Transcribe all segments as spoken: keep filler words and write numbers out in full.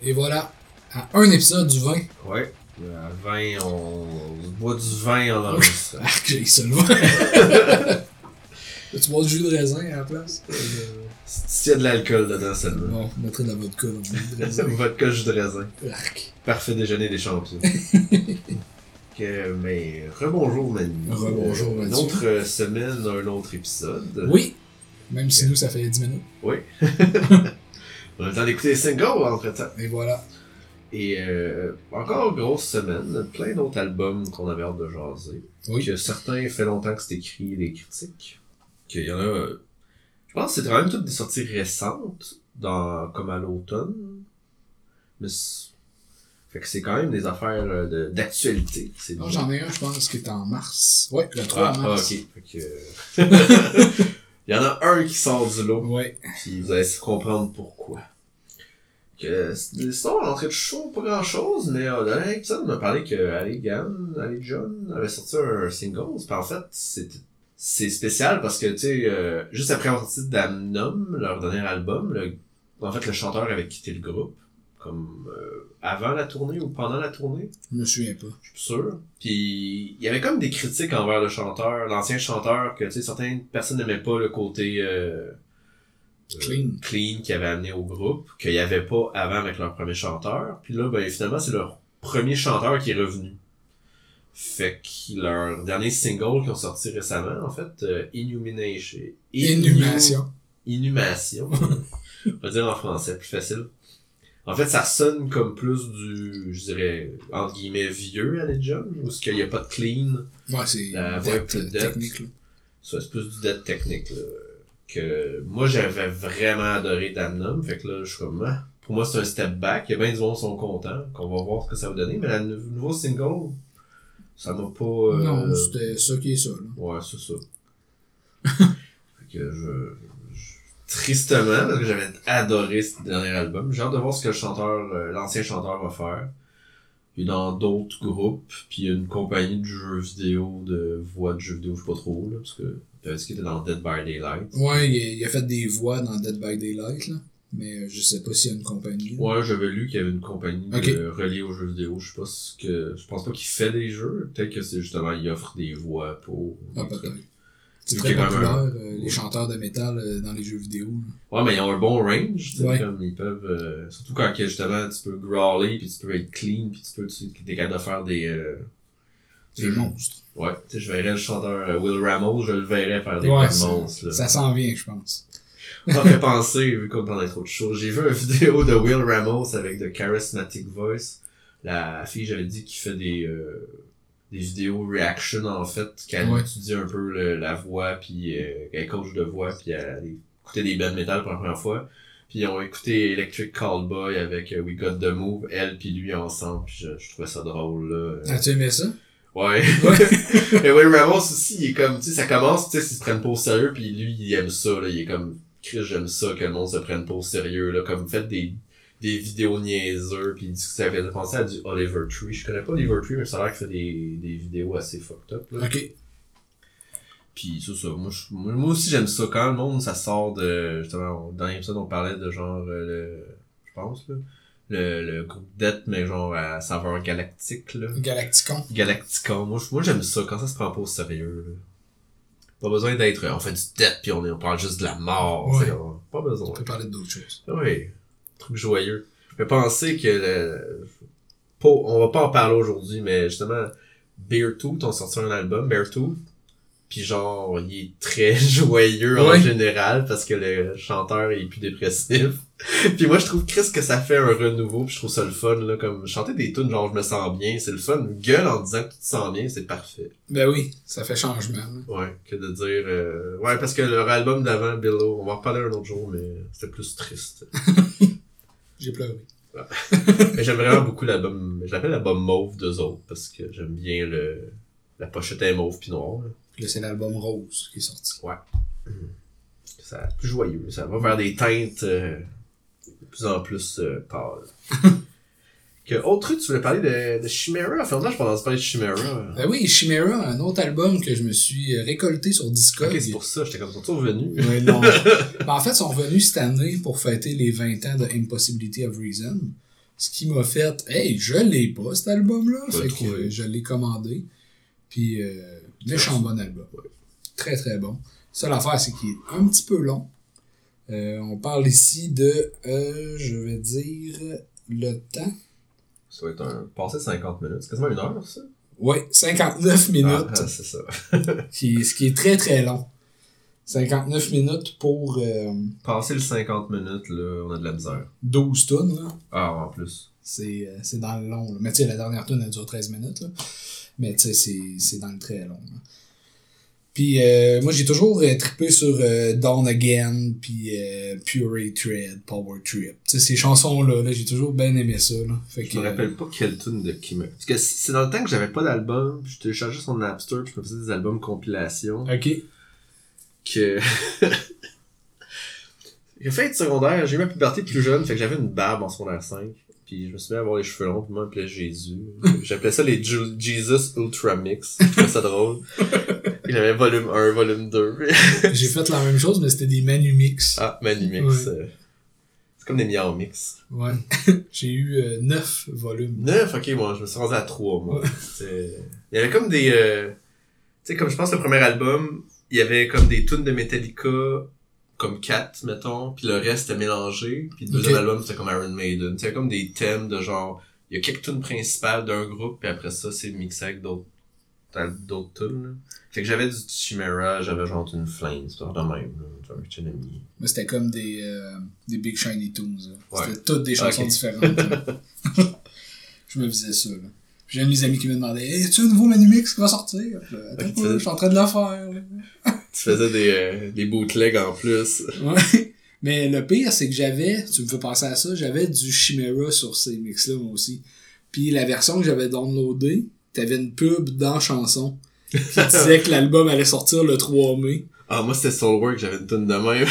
Et voilà, à un épisode du vin. Ouais, à vingt, on, on boit du vin en enregistrant. Ah, que j'ai ça le vin. Tu bois du jus de raisin à la place? Euh... S'il y a de l'alcool dedans seulement. Bon, on mettrait de la vodka dans le jus de raisin. Vodka jus de raisin. Arc. Parfait déjeuner des champions. que, mais rebonjour Manu. Rebonjour euh, Mathieu. Une autre semaine, un autre épisode. Oui, même si nous ça fait dix minutes. Oui. On a le temps d'écouter les singles entre-temps. Et voilà. Et euh, encore grosse semaine, plein d'autres albums qu'on avait hâte de jaser. Oui. Que certains, fait longtemps que c'est écrit, les critiques. Qu'il y en a... Euh, je pense que c'est quand même toutes des sorties récentes, dans, comme à l'automne. Mais c'est... Fait que c'est quand même des affaires de, d'actualité. C'est Non, j'en ai un, je pense, qui est en mars. Ouais, le trois ah, mars. Ah, ok. Fait que... Il y en a un qui sort du lot. Ouais. Puis vous allez comprendre pourquoi. Que l'histoire à l'entrée de show, pas grand chose, mais euh, dans l'épisode, on m'a parlé que Ali Gann, Ali John avait sorti un single. Puis en fait, c'est, c'est spécial parce que, tu sais, euh, juste après avoir sorti Damnum, leur dernier album, le, en fait, le chanteur avait quitté le groupe. Comme euh, avant la tournée ou pendant la tournée. Je me souviens pas. Je suis sûr. Puis il y avait comme des critiques envers le chanteur, l'ancien chanteur, que tu sais, certaines personnes n'aimaient pas le côté euh, clean. Euh, clean qu'il avait amené au groupe, qu'il n'y avait pas avant avec leur premier chanteur. Puis là, ben finalement, c'est leur premier chanteur qui est revenu. Fait que leur dernier single qu'ils ont sorti récemment, en fait, euh, Inhumination. Inhumation. Inhumation. On va dire en français, plus facile. En fait, ça sonne comme plus du, je dirais, entre guillemets, vieux à John, où est-ce qu'il n'y a pas de clean. Ouais, c'est la dette, euh, technique, là. Ça, c'est plus du dead technique, là. Que moi, j'avais vraiment adoré Damnum, fait que là, je suis comme, ah, pour moi, c'est un step back. Il y a bien du monde qui sont contents, qu'on va voir ce que ça va donner, mais le nou- nouveau single, ça m'a pas... Euh... Non, c'était ça qui est ça, là. Ouais, c'est ça. Fait que je... Tristement, parce que j'avais adoré ce dernier album. J'ai hâte de voir ce que le chanteur, euh, l'ancien chanteur va faire. Il est dans d'autres groupes, puis il y a une compagnie de jeux vidéo, de voix de jeux vidéo, je sais pas trop, là, parce que est-ce qu'il était dans Dead by Daylight? Ouais, il a, il a fait des voix dans Dead by Daylight, là. Mais euh, je sais pas s'il y a une compagnie. Là. Ouais, j'avais lu qu'il y avait une compagnie okay. de, reliée aux jeux vidéo. Je sais pas ce que, je pense pas qu'il fait des jeux. Peut-être que c'est justement, il offre des voix pour... Ah, peut-être. C'est très populaire, un... euh, les chanteurs de métal euh, dans les jeux vidéo. Là. Ouais, mais ils ont un bon range, tu sais, ouais. comme ils peuvent... Euh, surtout quand justement, tu peux growler, puis tu peux être clean, puis tu peux, tu es capable de faire des... Euh, des monstres. Ouais, tu sais, je verrais le chanteur euh, Will Ramos, je le verrais faire des ouais, monstres, là. Ça s'en vient, je pense. Ça fait penser, vu qu'on t'en a trop de choses. J'ai vu une vidéo de Will Ramos avec The Charismatic Voice. La fille, j'avais dit, qui fait des... Euh, des vidéos reaction en fait, qu'elle ouais. étudie un peu le, la voix, puis euh, elle coach de voix, puis elle écoutait des bands metal pour la première fois. Puis ils ont écouté Electric Callboy avec uh, We Got The Move, elle puis lui ensemble, puis je, je trouvais ça drôle là. Ah, tu aimais ça? Ouais. ouais. Et Will Ramos aussi, il est comme, tu sais, ça commence, tu sais, s'ils se prennent pas au sérieux, puis lui, il aime ça, là, il est comme, Chris, j'aime ça que le monde se prenne pas au sérieux, là, comme faites des des vidéos niaiseux, pis ça fait penser à du Oliver Tree. Je connais pas Oliver Tree, mais ça a l'air qu'il fait des, des vidéos assez fucked up, là. Ok. Pis c'est ça, moi, je, moi aussi j'aime ça. Quand le monde, ça sort de, justement, dans l'épisode on parlait de genre, le, je pense, là, le, le groupe Death, mais genre à saveur galactique, là. Galacticon. Galacticon. Moi, moi j'aime ça, quand ça se prend pas au sérieux, là. Pas besoin d'être, on fait du Death pis on, est, on parle juste de la mort, ouais. on, pas besoin. On peut parler d'autres choses. Oui. Truc joyeux. Je peux penser que le... pas, on va pas en parler aujourd'hui, mais justement, Beartooth ont sorti un album, Beartooth, pis genre, il est très joyeux en ouais. général, parce que le chanteur est plus dépressif. Puis moi, je trouve Chris que ça fait un renouveau, pis je trouve ça le fun, là, comme chanter des tunes genre je me sens bien, c'est le fun. Gueule en disant que tu te sens bien, c'est parfait. Ben oui, ça fait changement. Là. Ouais, que de dire... Euh... Ouais, parce que leur album d'avant, Billow, on va en reparler un autre jour, mais c'était plus triste. J'ai pleuré. Ouais. Mais j'aime vraiment beaucoup l'album, je l'appelle l'album mauve d'eux autres, parce que j'aime bien le, la pochette est mauve pis noire. Là, là c'est l'album rose qui est sorti. Ouais. Mmh. Ça plus joyeux, ça va vers des teintes euh, de plus en plus euh, pâles. Que, autre truc, tu voulais parler de, de Chimera, enfin, là, je pensais parler de Chimera. Ben oui, Chimera, un autre album que je me suis récolté sur Discord. Ok, c'est pour ça, j'étais comme ça revenu. Oui, non. Ben, en fait, ils sont revenus cette année pour fêter les vingt ans de Impossibility of Reason. Ce qui m'a fait, hey, je l'ai pas, cet album-là. Je Fait que trouver. euh, je l'ai commandé. Puis, euh, méchant bon album. Ouais. Très, très bon. Ça, l'affaire, c'est qu'il est un petit peu long. Euh, on parle ici de, euh, je vais dire, le temps. Ça va être un... Passer cinquante minutes. C'est quasiment une heure, ça? Ouais, cinquante-neuf minutes. Ah, ah, c'est ça. qui, ce qui est très, très long. cinquante-neuf minutes pour euh, Passer le cinquante minutes, là, on a de la misère. douze tonnes, là. Ah, en plus. C'est, euh, c'est dans le long, là. Mais tu sais, la dernière tune, elle dure treize minutes, là. Mais tu sais, c'est, c'est dans le très long, là. Puis euh, moi, j'ai toujours euh, trippé sur euh, Dawn Again, puis euh, Pure Hatred, Power Trip. Tu sais, ces chansons-là, là, j'ai toujours bien aimé ça, là. Fait Je que, me rappelle pas quelle tune de qui me... Parce que c'est dans le temps que j'avais pas d'album, puis je téléchargeais son Napster, puis je me faisais des albums compilation. OK. Que... j'ai fait être secondaire, j'ai eu ma puberté plus jeune, fait que j'avais une barbe en secondaire cinq. Puis je me suis mis à avoir les cheveux longs, puis moi, je m'appelais Jésus. J'appelais ça les Ju- Jesus Ultra Mix. Je trouvais ça drôle. Il y avait volume un, volume deux. J'ai fait la même chose, mais c'était des Manumix. Ah, Manumix. Ouais. Euh... C'est comme des Miao Mix. Ouais. J'ai eu euh, neuf volumes. neuf, ok, moi, je me suis rendu à trois, moi. C'était- Il y avait comme des... Euh... Tu sais, comme je pense le premier album, il y avait comme des tunes de Metallica, comme quatre, mettons, puis le reste était mélangé, puis le deuxième Ok. album, c'était comme Iron Maiden. Tu sais, comme des thèmes de genre... Il y a quelques tunes principales d'un groupe, puis après ça, c'est mixé avec d'autres d'autres tunes, là. Fait que j'avais du Chimera, j'avais genre une Flames, c'est de même, là, genre un ennemi. Mais c'était comme des, euh, des Big Shiny Tunes. Là. Ouais. C'était toutes des chansons Ok. différentes. là. Je me faisais ça. Là. Puis j'ai un de mes amis qui me demandait hey, as-tu un nouveau Manumix qui va sortir? Puis là, Attends Ok, pas, tu- je suis en train de le faire. là. Tu faisais des, euh, des bootlegs en plus. Ouais. Mais le pire, c'est que j'avais, tu me fais penser à ça, j'avais du Chimera sur ces mix-là, moi aussi. Puis la version que j'avais downloadée, t'avais une pub dans la chanson qui disait que l'album allait sortir le trois mai. Ah, moi, c'était Soulwork, j'avais une tonne de même.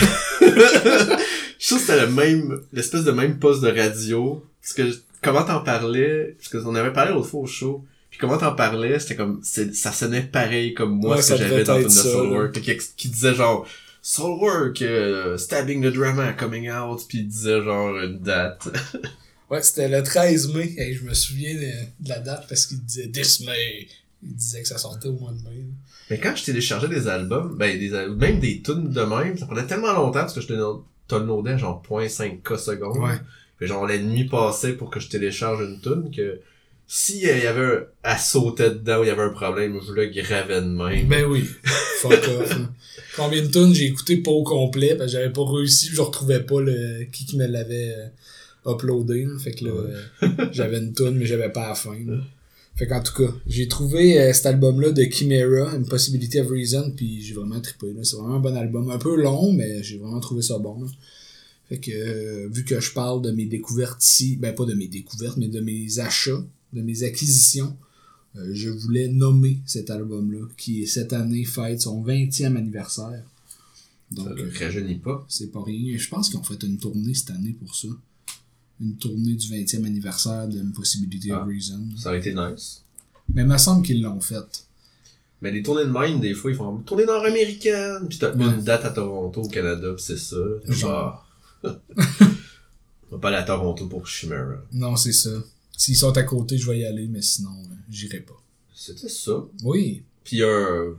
Je suis sûr que c'était le même, l'espèce de même poste de radio. Parce que, comment t'en parlais, parce qu'on avait parlé l'autre fois au show, puis comment t'en parlais, c'était comme, c'est, ça sonnait pareil comme moi, Ouais, ce ça que j'avais devait dans une de être ça, Soulwork. Qui, qui disait genre, Soulwork, uh, stabbing the drama coming out, puis il disait genre une date. Ouais, c'était le treize mai. Hey, je me souviens de, de la date parce qu'il disait This May. Il disait que ça sortait au mois de mai. Mais quand je téléchargeais des albums, ben, des, al- même des tunes de même, ça prenait tellement longtemps parce que je downloadais genre zéro virgule cinq K secondes. Ouais. Puis genre, la nuit passait pour que je télécharge une tune que, si il y avait un, à sauter dedans ou il y avait un problème, je le gravais de même. Ben oui. Fuck off. Hein. Combien de tunes j'ai écouté pas au complet parce que j'avais pas réussi, je retrouvais pas le qui qui me l'avait euh, uploadé. Là. Fait que là, Ouais. euh, j'avais une tune mais j'avais pas la fin. Là. Fait qu'en tout cas, j'ai trouvé euh, cet album-là de Chimera, Impossibility of Reason, puis j'ai vraiment trippé. Là. C'est vraiment un bon album. Un peu long, mais j'ai vraiment trouvé ça bon. Là. Fait que, euh, vu que je parle de mes découvertes ici, ben pas de mes découvertes, mais de mes achats, de mes acquisitions, euh, je voulais nommer cet album-là, qui cette année fête son vingtième anniversaire. Donc, Ça le euh, rajeunit pas. c'est pas rien. Je pense qu'ils ont fait une tournée cette année pour ça. Une tournée du vingtième anniversaire de Impossibility Ah. of Reason. Ça aurait été nice. Mais il me semble qu'ils l'ont fait. Mais les tournées de même, des fois, ils font une tournée nord-américaine, pis t'as Ouais. une date à Toronto, au Canada, pis c'est ça. T'es Genre. genre... On va pas aller à Toronto pour Chimera. Non, c'est ça. S'ils sont à côté, je vais y aller, mais sinon, euh, j'irai pas. C'était ça. Oui. Pis un...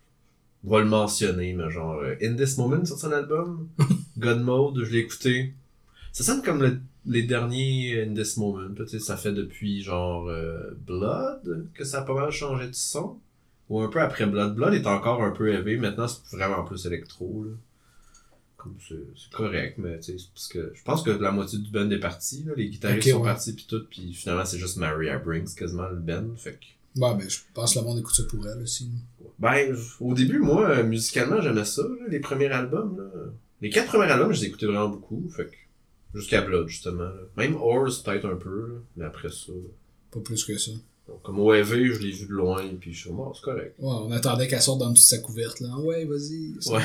On va le mentionner, mais genre... euh, In This Moment, sur son album. God Mode, je l'ai écouté. Ça sonne comme le- les derniers In This Moment. Tu sais, ça fait depuis genre euh, Blood que ça a pas mal changé de son. Ou un peu après Blood. Blood est encore un peu élevé. Maintenant, c'est vraiment plus électro. Là. Comme c'est, c'est correct, mais tu sais, parce que je pense que la moitié du band est parti. Là. Les guitaristes Ok, sont ouais. partis pis tout. Puis finalement, c'est juste Maria Brinks quasiment le band. Fait que... Ouais, ben, je pense que le monde écoute ça pour elle aussi. Ben, au début, moi, euh, musicalement, j'aimais ça, là, les premiers albums. Là. Les quatre premiers albums, je les écoutais vraiment beaucoup. Fait que jusqu'à Blood, justement. Là. Même Horse, peut-être un peu, là. Mais après ça. Là. Pas plus que ça. Donc, comme O E V, je l'ai vu de loin, puis je suis mort, c'est correct. Ouais, on attendait qu'elle sorte dans toute sa couverte, là. Ah ouais, vas-y. Ouais.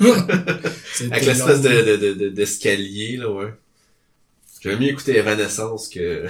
C'était Avec l'espèce long. de, de, de, de, d'escalier, là, ouais. J'avais mieux écouter Evanescence que...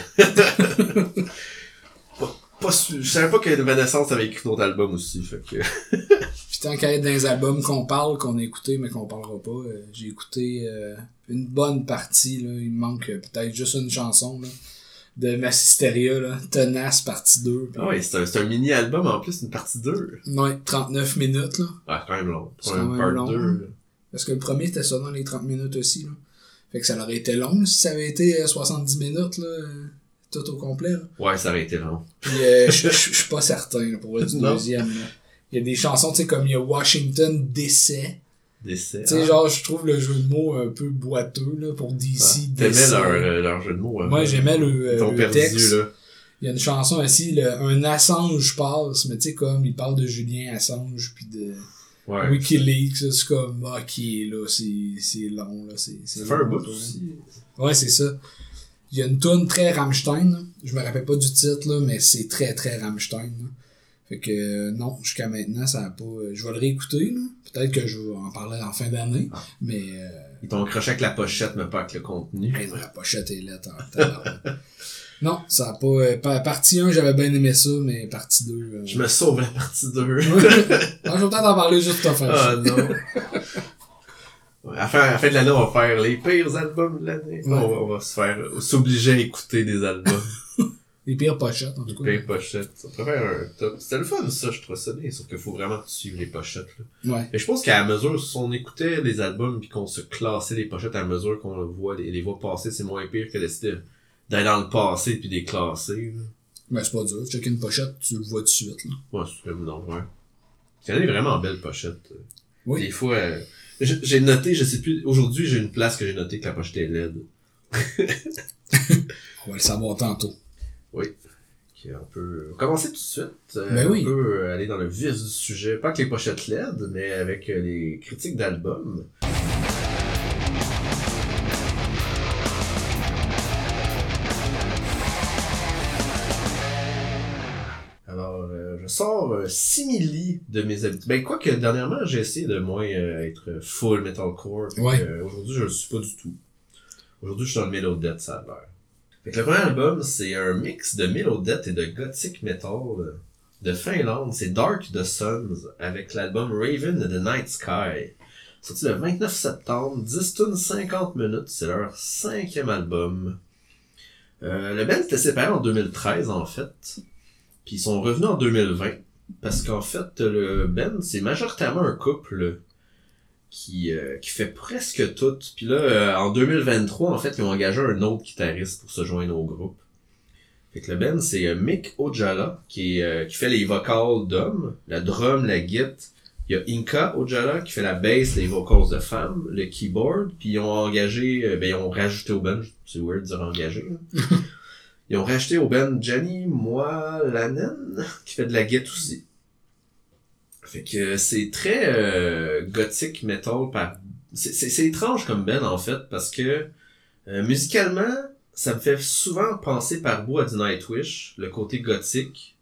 pas, pas su... Je savais pas que Evanescence avait écrit un autre album aussi, fait que... Puis tant qu'à être dans les albums qu'on parle, qu'on a écouté, mais qu'on parlera pas, euh, j'ai écouté euh, une bonne partie, là. Il me manque euh, peut-être juste une chanson, là. de Massisteria, là. Tenace, partie deux. Puis... Ah ouais, c'est un, c'est un mini-album en plus, une partie deux. Ouais, trente-neuf minutes, là. Ah, c'est quand même long. C'est C'est quand un même part long. deux. Hein. Parce que le premier, c'était ça dans les trente minutes aussi, là. Fait que ça aurait été long, là, si ça avait été euh, soixante-dix minutes, là. Tout au complet, là. Ouais, ça aurait été long. Puis euh, je suis pas certain, là, pour le deuxième, là. Il y a des chansons, tu sais, comme il y a Washington Décès. Décès. Tu sais, ah. genre, je trouve le jeu de mots un peu boiteux, là, pour D C. Ah, t'aimais leur, euh, leur jeu de mots, hein. Moi, j'aimais le, Ils t'ont le perdu, texte. là. Il y a une chanson aussi, le, un Assange passe, mais tu sais, comme, il parle de Julien Assange, puis de Ouais. WikiLeaks, là, c'est comme, ok, là, c'est, c'est long, là, c'est, c'est Ça fait un long, bout là. aussi. Ouais, c'est ça. Il y a une toune très Rammstein, là. Je me rappelle pas du titre, là, mais c'est très, très Rammstein, là. Fait que, euh, non, jusqu'à maintenant, ça a pas... Euh, je vais le réécouter, là. Peut-être que je vais en parler en fin d'année, ah. mais... Euh... Ils t'ont accroché avec la pochette, mais pas avec le contenu. Hey, la pochette est lettre en temps. Non, ça a pas... Euh, partie un, j'avais bien aimé ça, mais partie deux... Euh... Je me sauve la partie deux. Non, je vais peut-être en parler juste pour te faire Ah non. À la fin, à la fin de l'année, on va faire les pires albums de l'année. Ouais. On, va, on va se faire... s'obliger à écouter des albums. Les pires pochettes, en tout cas. Les pires pochettes. Ça pourrait faire un top. C'était le fun, ça, je trouve ça bien. Sauf qu'il faut vraiment suivre les pochettes, là. Ouais. Et je pense qu'à mesure, si on écoutait les albums pis qu'on se classait les pochettes à mesure qu'on le voit, les, les voit passer, c'est moins pire que d'essayer d'aller dans le passé pis de les classer, là. Ben, c'est pas dur. Tu checkes une pochette, tu le vois tout de suite, là. Ouais, c'est non, ouais. Il y en a des vraiment belles pochettes. Oui. Des fois, euh, j'ai noté, je sais plus, aujourd'hui, j'ai une place que j'ai noté que la pochette est laide. On va le savoir tantôt. Oui. Okay, on peut commencer tout de suite. Euh, ben oui. On peut aller dans le vif du sujet. Pas avec les pochettes L E D, mais avec euh, les critiques d'albums. Alors, euh, je sors euh, simili de mes habitudes. Ben, quoi que dernièrement, j'ai essayé de moins euh, être full metalcore. Ouais. Euh, aujourd'hui, je le suis pas du tout. Aujourd'hui, je suis dans le Melodeath, ça a l'air. Fait que le premier album, c'est un mix de Melodeath et de gothic metal de Finlande. C'est Dark the Suns avec l'album Raven of the Night Sky. Sorti le vingt-neuf septembre, dix tunes, cinquante minutes. C'est leur cinquième album. Euh, le band était séparé en deux mille treize, en fait. Puis ils sont revenus en deux mille vingt. Parce qu'en fait, le band, c'est majoritairement un couple qui euh, qui fait presque tout. Puis là, euh, en deux mille vingt-trois, en fait, ils ont engagé un autre guitariste pour se joindre au groupe. Fait que le band, c'est euh, Mick Ojala, qui, est, euh, qui fait les vocals d'hommes, la drum, la guitare. Il y a Inka Ojala, qui fait la bass, les vocals de femmes, le keyboard. Puis ils ont engagé, euh, ben ils ont rajouté au band, c'est weird de dire engagé. Ils ont rajouté au band Jenny Moalanen, qui fait de la guitare aussi. Fait que c'est très euh, gothic metal par c'est, c'est c'est étrange comme band en fait parce que euh, musicalement ça me fait souvent penser par bout à du Nightwish, le côté gothique,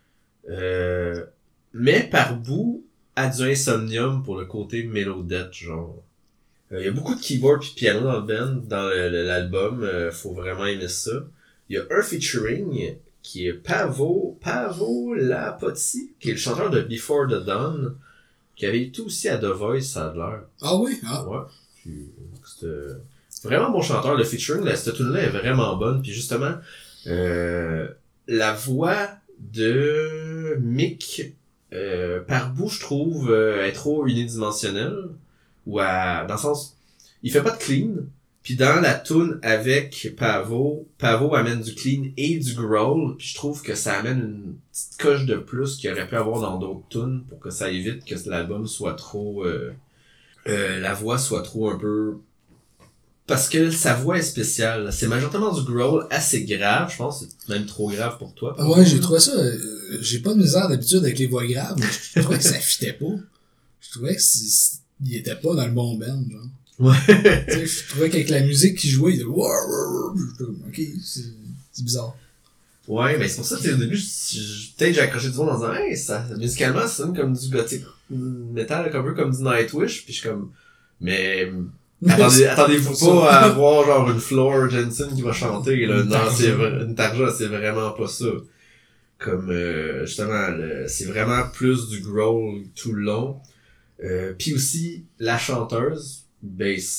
euh, mais par bout à du Insomnium pour le côté Melodeath genre. Il euh, y a beaucoup de keyboard puis piano dans le band, dans le, le, l'album, euh, faut vraiment aimer ça. Il y a un featuring qui est Pavo, Pavo Lapoti, qui est le chanteur de Before the Dawn, qui avait été aussi à The Voice, ça a l'air. Ah oui? Ah. Ouais. Puis, c'était vraiment bon chanteur. Le featuring, là, cette tune-là est vraiment bonne. Puis justement, euh, la voix de Mick, euh, par bout, je trouve, euh, est trop unidimensionnelle. Ou à, dans le sens, il fait pas de clean. Puis dans la tune avec Pavo, Pavo amène du clean et du growl, puis je trouve que ça amène une petite coche de plus qu'il aurait pu avoir dans d'autres tunes pour que ça évite que l'album soit trop euh, euh, la voix soit trop un peu parce que sa voix est spéciale. C'est majoritairement du growl assez grave, je pense, c'est même trop grave pour toi. Ah ouais, j'ai trouvé ça euh, j'ai pas de misère d'habitude avec les voix graves, mais je trouvais que ça fitait pas. Je trouvais que il était pas dans le bon band, genre. Ouais. Tu sais, je trouvais qu'avec la musique qui jouait, il était ok, c'est, c'est bizarre. Ouais, mais c'est pour ça que au début, je, je, peut-être j'ai accroché du monde en disant, hey, ça, musicalement, ça sonne comme du gothic metal, un peu comme du Nightwish, puis je suis comme, mais, attendez, attendez-vous pas à avoir genre une Floor Jensen qui va chanter, là. Une non, tarja. c'est une tarja, c'est vraiment pas ça. Comme, euh, justement, le, c'est vraiment plus du growl tout le long. Euh, puis aussi, la chanteuse, bassiste,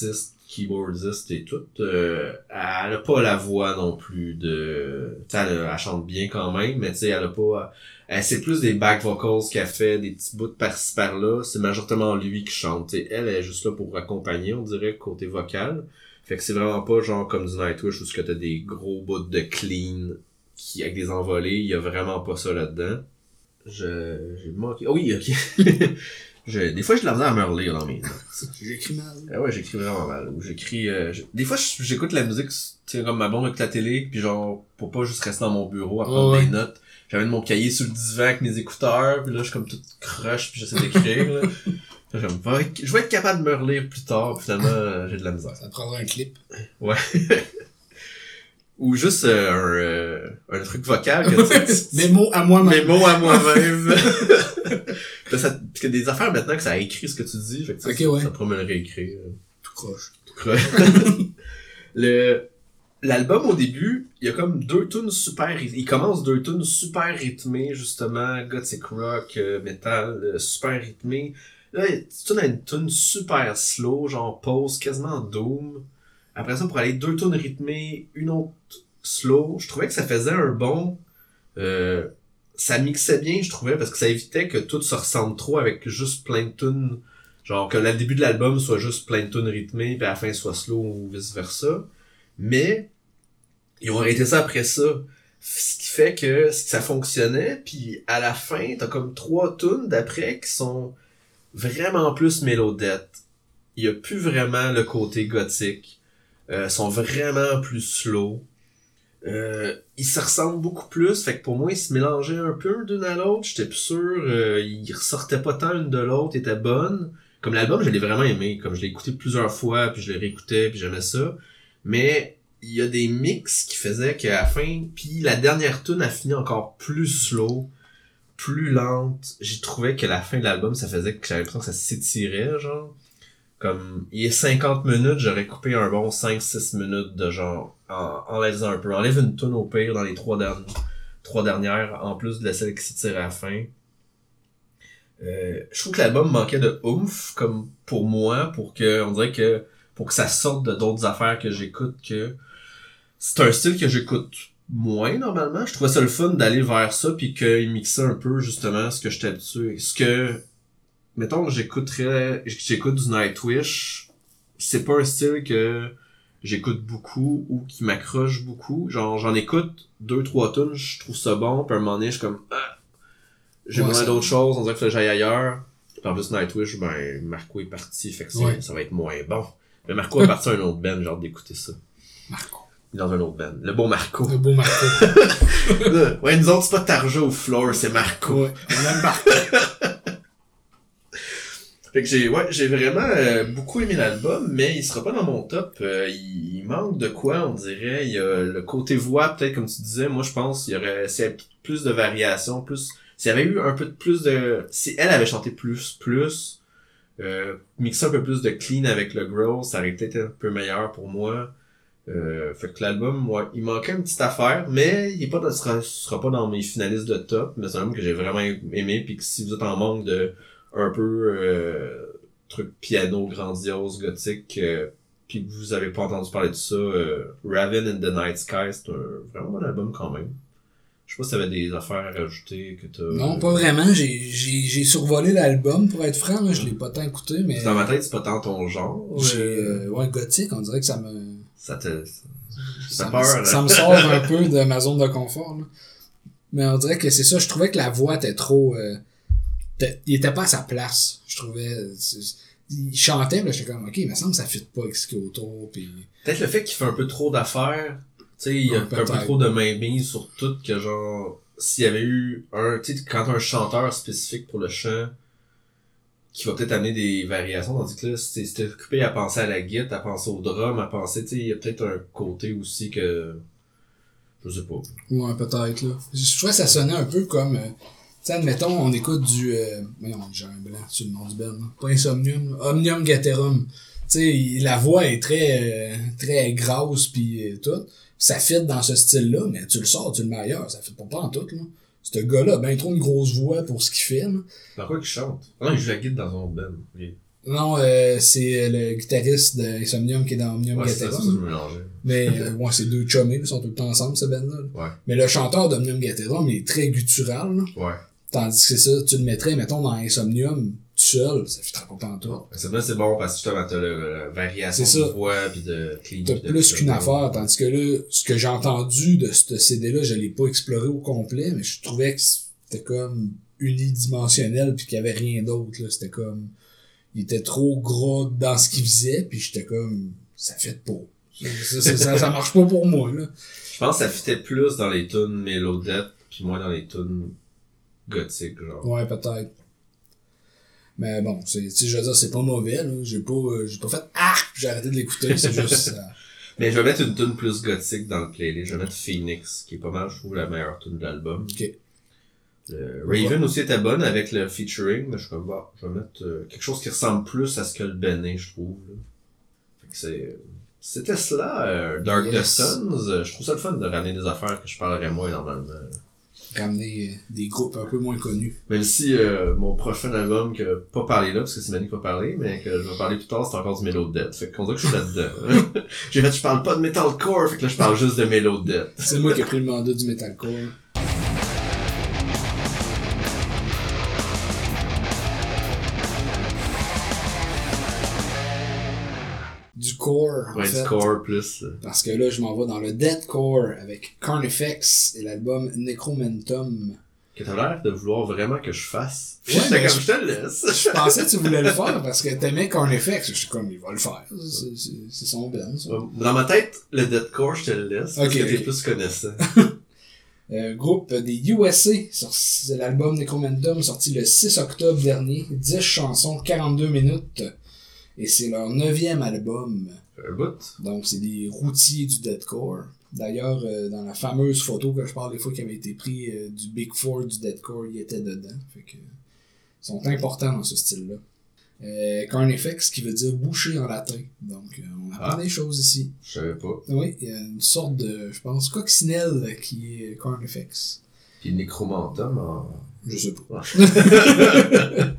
keyboardiste et tout, euh, elle a pas la voix non plus de... Tu sais, elle, elle chante bien quand même, mais tu sais, elle a pas... Elle, c'est plus des back vocals qu'elle fait, des petits bouts par-ci par-là. C'est majoritairement lui qui chante. T'sais, elle, elle est juste là pour accompagner, on dirait, côté vocal. Fait que c'est vraiment pas genre comme du Nightwish où ce que t'as des gros bouts de clean qui avec des envolées. Il y a vraiment pas ça là-dedans. Je... J'ai manqué... Oh oui, ok. je... Des fois, j'ai de la misère à me relire dans mes notes. J'écris mal. Ah ouais, j'écris vraiment mal. Ou j'écris... Euh... je- Des fois, j'écoute la musique, tu sais, comme ma bombe avec la télé, puis genre, pour pas juste rester dans mon bureau à prendre Oh, ouais. des notes. J'avais mon cahier sur le divan avec mes écouteurs, puis là, je suis comme tout crush, puis j'essaie d'écrire, là. Là, comme, va être- je vais être capable de me relire plus tard, puis finalement, euh, j'ai de la misère. Ça te prendra un clip. Ouais. Ou juste euh, un, euh, un truc vocal. Que tu- tu- Mes mots à moi-même. Mes mots à moi-même. Là, ça, parce qu'il y a des affaires maintenant que ça écrit ce que tu dis, fait que ça, Ok, ça, ouais. ça pourrait me le réécrire. euh, Tout croche. tout crush. le, l'album, au début, il y a comme deux tunes super, ryth- il commence deux tunes super rythmées, justement, gothic rock, euh, metal, euh, super rythmé. Là, tu as une tune super slow, genre pause, quasiment doom. Après ça, pour aller deux tunes rythmées, une autre slow, je trouvais que ça faisait un bon, euh, ça mixait bien, je trouvais, parce que ça évitait que tout se ressemble trop avec juste plein de tunes, genre que le début de l'album soit juste plein de tunes rythmées, puis à la fin soit slow ou vice versa. Mais ils ont arrêté ça après ça. Ce qui fait que ça fonctionnait, puis à la fin, t'as comme trois tunes d'après qui sont vraiment plus mélodettes. Il y a plus vraiment le côté gothique. Euh, sont vraiment plus slow. Euh, ils se ressemblent beaucoup plus, fait que pour moi, ils se mélangeaient un peu d'une à l'autre. J'étais plus sûr, euh, ils ressortaient pas tant une de l'autre, étaient bonnes. Comme l'album, je l'ai vraiment aimé. Comme je l'ai écouté plusieurs fois, puis je l'ai réécouté, puis j'aimais ça. Mais il y a des mix qui faisaient qu'à la fin, puis la dernière tune a fini encore plus slow, plus lente. J'ai trouvé que la fin de l'album, ça faisait que j'avais l'impression que ça s'étirait, genre. Comme, il est cinquante minutes, j'aurais coupé un bon cinq six minutes de genre, en, enlève-en un peu. Enlève une tune au pire dans les trois dernières, trois dernières, en plus de la celle qui s'étire à la fin. Euh, je trouve que l'album manquait de oomph, comme pour moi, pour que, on dirait que, pour que ça sorte de d'autres affaires que j'écoute, que c'est un style que j'écoute moins normalement. Je trouvais ça le fun d'aller vers ça, puis qu'il mixait un peu justement ce que j'étais habitué. Ce que, mettons que j'écouterais, j'écoute du Nightwish, c'est pas un style que j'écoute beaucoup ou qui m'accroche beaucoup. Genre, j'en écoute deux, trois tunes, je trouve ça bon, puis à un moment donné, je suis comme, ah, j'ai Ouais, besoin ça- d'autres choses, on dirait que j'aille ailleurs. Puis en plus, Nightwish, ben, Marco est parti, fait que c'est- Ouais. ça va être moins bon. Mais Marco est parti à un autre band, j'ai hâte d'écouter ça. Marco. Il est dans un autre band. Le beau Marco. Le beau Marco. Ouais, nous autres, c'est pas Tarja ou Floor, c'est Marco. Ouais. On aime Marco. Fait que j'ai, ouais, j'ai vraiment euh, beaucoup aimé l'album, mais il sera pas dans mon top. Euh, il, il manque de quoi, on dirait. Il y a le côté voix, peut-être comme tu disais. Moi, je pense qu'il y aurait, s'il y avait plus de variations, plus, s'il y avait eu un peu de plus de, si elle avait chanté plus, plus, euh, mixé un peu plus de clean avec le growl, ça aurait peut-être été un peu meilleur pour moi. Euh, fait que l'album, ouais, il manquait une petite affaire, mais il est pas, sera, sera pas dans mes finalistes de top, mais c'est un album que j'ai vraiment aimé, puis que si vous êtes en manque de un peu euh, truc piano grandiose, gothique, euh, puis que vous avez pas entendu parler de ça, euh, Raven in the Night Sky, c'est un vraiment bon album quand même. Je sais pas si t'avais des affaires à rajouter que t'as... Non, pas vraiment. J'ai, j'ai, j'ai survolé l'album, pour être franc, là. Je l'ai pas tant écouté, mais. Dans ma tête, c'est pas tant ton genre. J'ai, euh, euh, ouais, gothique, on dirait que ça me. Ça te... Ça, Ça peur, me, hein. ça me sort un peu de ma zone de confort, là. Mais on dirait que c'est ça. Je trouvais que la voix était trop. Euh, était- il était pas à sa place. Je trouvais. c'est- Il chantait, puis là, j'étais comme, ok, il me semble que ça fit pas avec ce qu'il y a autour, puis. Peut-être le fait qu'il fait un peu trop d'affaires, tu sais, il y a Ouais, un peu peut-être. trop de mainmise sur tout, que genre, s'il y avait eu un, tu sais, quand t'as un chanteur spécifique pour le chant, qui va peut-être amener des variations, tandis que là, si t'es occupé à penser à la guitare, à penser au drum, à penser, tu sais, il y a peut-être un côté aussi que, je sais pas. Ouais, peut-être, là. Je trouvais que ça sonnait un peu comme. Euh, tu sais, admettons, on écoute du. Euh, voyons, j'ai un blanc sur le nom du band, là. Pas Insomnium, là. Omnium Gatherum. Tu sais, il- la voix est très, euh, très grasse, pis euh, tout. Ça fit dans ce style-là, mais tu le sors, tu le mets ailleurs. Ça fit pas, pas en tout, là. Ce gars-là a ben trop une grosse voix pour ce qu'il fait, là. Dans quoi qu'il chante? Ah non, il joue la guitare dans un autre band. Ok. Non, euh, c'est le guitariste d'Insomnium qui est dans Omnium Ouais, c'est ça, Gatherum. c'est ça, je mélangeais. Mais, euh, ouais, c'est deux chummés, ils sont tout le temps ensemble, ce band-là. Ouais. Mais le chanteur d'Omnium Gatherum, il est très guttural, là. Ouais. Tandis que c'est ça, tu le mettrais, mettons, dans Insomnium, tout seul, ça fait très content tout. C'est bien, c'est bon parce que justement, t'as la variation C'est de ça. voix pis de clean. T'as pis de plus tout qu'une ça. affaire, tandis que là, ce que j'ai entendu de ce C D-là, je l'ai pas exploré au complet, mais je trouvais que c'était comme unidimensionnel pis qu'il y avait rien d'autre, là. C'était comme, il était trop gros dans ce qu'il faisait pis j'étais comme, ça fait pas. Ça, ça, ça, ça marche pas pour moi, là. Je pense que ça fitait plus dans les tunes Melodette pis moins dans les tunes gothiques, genre. Ouais, peut-être. Mais bon, c'est, tu sais, je veux dire, c'est pas mauvais, là. J'ai pas, euh, j'ai pas fait ah, j'ai arrêté de l'écouter, c'est juste, euh... Mais je vais mettre une tune plus gothique dans le playlist. Je vais mettre Phoenix, qui est pas mal, je trouve, la meilleure tune de l'album. ok. Le Raven aussi était bonne avec le featuring, mais je suis comme, bah, je vais mettre euh, quelque chose qui ressemble plus à ce que le Benet, je trouve, là. Fait que c'est, c'était cela, euh, Dark Yes. the Suns. Euh, je trouve ça le fun de ramener des affaires que je parlerais moins normalement. Ramener euh, des groupes un peu moins connus. Même si euh, mon prochain album, que pas parler là, parce que c'est Manu qui va parler, mais que je vais parler plus tard, c'est encore du Melodette. Fait qu'on dirait que je suis là-dedans. J'ai fait, je parle pas de metalcore, fait que là je parle juste de Melodette. C'est moi qui ai pris le mandat du metalcore. Du core, en Ouais, fait. du core plus. euh, Parce que là, je m'en vais dans le deathcore avec Carnifex et l'album Necromentum. Que t'as l'air de vouloir vraiment que je fasse. Puis Ouais, j'étais mais comme, je- je te le laisse. Je pensais que tu voulais le faire parce que t'aimais Carnifex. Je suis comme, il va le faire. C'est, c'est, c'est son band, ça. Dans ma tête, le deathcore, je te le laisse. Parce Ok, que t'es ok. plus connaissant. Euh, groupe des U S A, sur c'est l'album Necromentum sorti le six octobre dernier, dix chansons, quarante-deux minutes, et c'est leur neuvième album. Un bout. Donc c'est des routiers du deathcore. D'ailleurs, euh, dans la fameuse photo que je parle des fois qui avait été prise euh, du Big Four du deathcore, il était dedans. Fait que, ils sont importants dans ce style-là. Euh, Carnifex, qui veut dire boucher en latin. Donc, euh, on apprend Ah. des choses ici. Je savais pas. Oui, il y a une sorte de, je pense, coccinelle qui est Carnifex. Puis Necromentum en... Je sais pas. Ouais.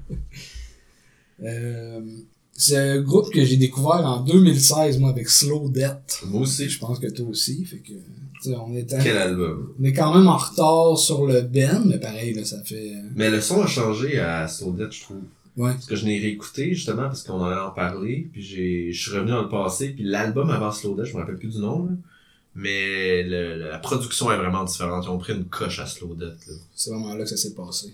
Euh, c'est un groupe que j'ai découvert en deux mille seize, moi, avec Slow Death. Moi aussi. Je pense que toi aussi. Fait que, tu sais, on est, en- Quel album. on est quand même en retard sur le Ben, mais pareil, là, ça fait... euh, Mais le son a changé à Slowdeath, je trouve. Ouais. Parce que je l'ai réécouté, justement, parce qu'on en allait en parler, puis j'ai, je suis revenu dans le passé, puis l'album avant Slowdeath, je me rappelle plus du nom, là. Mais le, la production est vraiment différente. Ils ont pris une coche à Slowdeath, là. C'est vraiment là que ça s'est passé.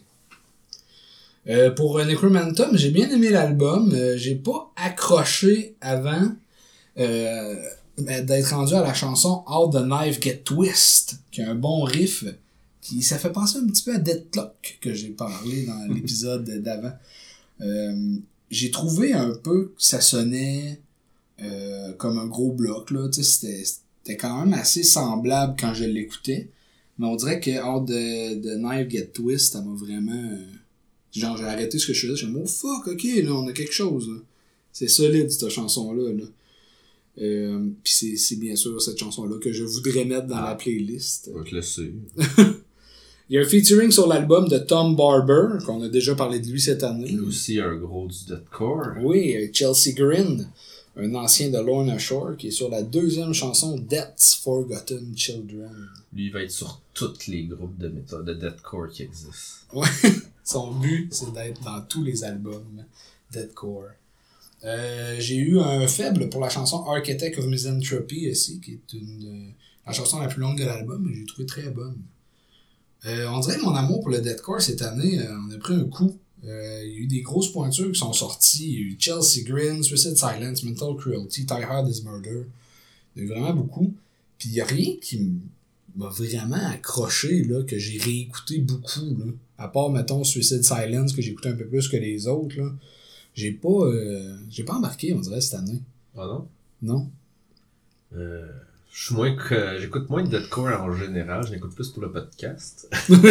Euh, pour euh, Necromentum, j'ai bien aimé l'album. Euh, j'ai pas accroché avant euh, d'être rendu à la chanson How the Knife Get Twist, qui a un bon riff. Qui, ça fait penser un petit peu à Deathlock, que j'ai parlé dans l'épisode d'avant. Euh, j'ai trouvé un peu que ça sonnait euh, comme un gros bloc, là. Tu sais, c'était, c'était quand même assez semblable quand je l'écoutais. Mais on dirait que How the, the Knife Get Twist, ça m'a vraiment... euh, genre, j'ai arrêté ce que je faisais. J'ai dit, oh fuck, ok, là, on a quelque chose, là. C'est solide, cette chanson-là, là. Euh, Puis c'est, c'est bien sûr cette chanson-là que je voudrais mettre dans Ah. la playlist. On va te laisser. Il y a un featuring sur l'album de Tom Barber, qu'on a déjà parlé de lui cette année. Lui aussi, un gros du deathcore. Oui, euh, Chelsea Grin, un ancien de Lorna Shore, qui est sur la deuxième chanson Death's Forgotten Children. Lui, il va être sur tous les groupes de métal, de deathcore qui existent. Ouais, son but, c'est d'être dans tous les albums deathcore. Euh, j'ai eu un faible pour la chanson Architect of Misanthropy aussi, qui est une euh, la chanson la plus longue de l'album, mais j'ai trouvé très bonne. Euh, on dirait que mon amour pour le deathcore cette année, euh, on a pris un coup. Euh, il y a eu des grosses pointures qui sont sorties. Il y a eu Chelsea Grin, Suicide Silence, Mental Cruelty, Die Hard is Murder. Il y a eu vraiment beaucoup. Puis il n'y a rien qui m'a vraiment accroché, là, que j'ai réécouté beaucoup. Là. À part, mettons, Suicide Silence, que j'ai écouté un peu plus que les autres. Là. J'ai pas euh, j'ai pas embarqué, on dirait, cette année. Ah non? Non? Euh, je suis moins que, j'écoute moins de deathcore en général, je l'écoute plus pour le podcast.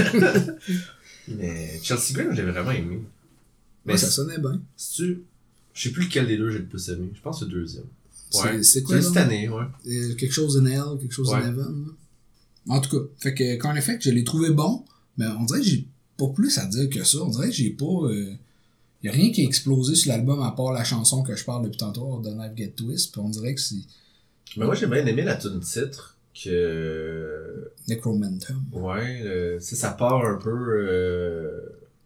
Mais Chelsea Grin, j'ai vraiment aimé. Mais Ouais, ça sonnait bien. si tu, je sais plus lequel des deux j'ai le plus aimé. Je pense que c'est le deuxième. C'est, c'est quoi, C'est là? cette année, ouais. Euh, quelque chose in Hell, quelque chose Ouais. in Heaven. Là. En tout cas, fait que Carnifex, je l'ai trouvé bon, mais on dirait que j'ai pas plus à dire que ça. On dirait que j'ai pas... euh, il y a rien qui a explosé sur l'album à part la chanson que je parle depuis tantôt, The Knife Get Twist, puis on dirait que c'est... Mais moi, j'ai bien aimé la tune titre, que... Necromentum. Ouais, euh, tu sais, ça part un peu... Euh...